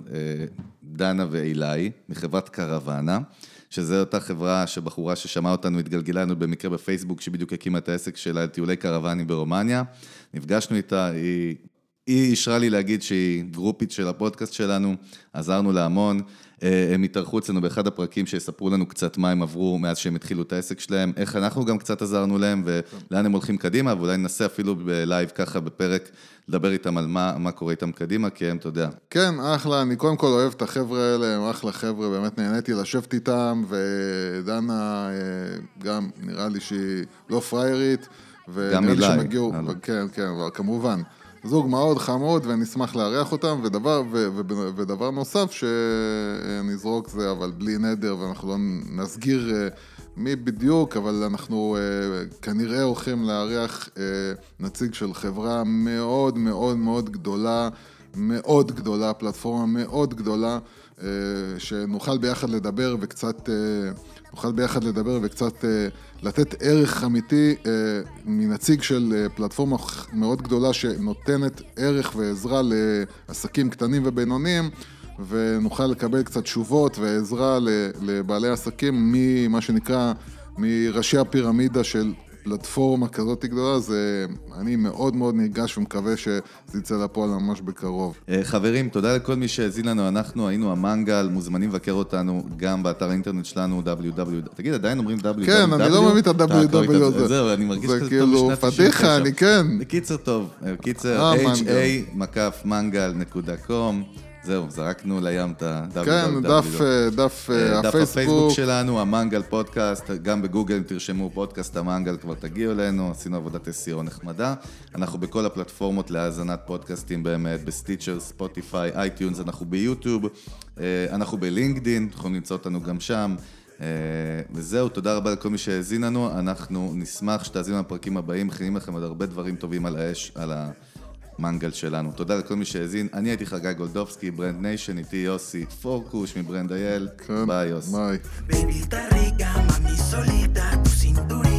דנה ואילי, מחברת קרוואנה, שזו אותה חברה שבחורה ששמעה אותנו, התגלגלה לנו במקרה בפייסבוק, שבדיוק הקימה את העסק שלה, טיולי קרוואנים ברומניה, נפגשנו איתה, היא... היא אישרה לי להגיד שהיא גרופית של הפודקאסט שלנו, עזרנו לה המון, הם התארחו אצלנו באחד הפרקים שיספרו לנו קצת מה הם עברו מאז שהם התחילו את העסק שלהם, איך אנחנו גם קצת עזרנו להם ולאן הם הולכים קדימה, ואולי ננסה אפילו בלייב ככה בפרק לדבר איתם על מה, מה קורה איתם קדימה, כי הם, אתה יודע.
כן, אחלה, אני קודם כל אוהב את החבר'ה האלה, הם אחלה חבר'ה, באמת נהניתי לשבת איתם, ודנה גם נראה לי שהיא לא פריירית,
גם אילי.
כן, כן, כמובן. זוג מאוד חמוד ונשמח לארח אותם, ודבר, ו, ו, ודבר נוסף שנזרוק זה, אבל בלי נדר, ואנחנו לא נסגיר מי בדיוק, אבל אנחנו כנראה הולכים לארח נציג של חברה מאוד מאוד מאוד גדולה, מאוד גדולה, פלטפורמה מאוד גדולה, שנוכל ביחד לדבר וקצת, נוכל ביחד לדבר וקצת לתת ערך אמיתי מנציג של פלטפורמה מאוד גדולה שנותנת ערך ועזרה לעסקים קטנים ובינוניים, ונוכל לקבל קצת תשובות ועזרה לבעלי עסקים ממה שנקרא, מראשי הפירמידה של פלטפורמה כזאת גדולה, זה, אני מאוד מאוד נרגש ומקווה שזה יצא לפועל ממש בקרוב.
חברים, תודה לכל מי שהזין לנו, אנחנו היינו המנגל, מוזמנים לבקר אותנו גם באתר האינטרנט שלנו, דאבליו דאבליו דאבליו, תגיד, עדיין אומרים דאבליו דאבליו דאבליו?
כן, אני לא מבין את ה-דאבליו דאבליו הזה.
זהו, אני מרגיש כזה
טוב בשנת תשעים ותשע. אני כן.
בקיצר טוב, בקיצר, אייץ' איי מקף מנגל נקודה קום, זהו, זרקנו לים את ה-דאבליו דאבליו דאבליו.
כן, דף
הפייסבוק שלנו, המנגל פודקאסט, גם בגוגל אם תרשמו פודקאסט המנגל כבר תגיעו אלינו, עשינו עבודת אס אי או נחמדה, אנחנו בכל הפלטפורמות להאזנת פודקאסטים באמת, בסטיצ'ר, ספוטיפיי, אייטיונס, אנחנו ביוטיוב, אנחנו בלינקדין, יכולים למצוא אותנו גם שם, וזהו, תודה רבה לכל מי שהאזין לנו, אנחנו נשמח שתאזינו לפרקים הבאים, מכינים לכם עוד הרבה דברים טובים על האש, על ה... מנגל שלנו. תודה לכל מי שהאזין. אני הייתי חגי גולדובסקי, ברנד ניישן, איתי יוסי פורקוש מברנד אייל. ביי יוס.
ביי.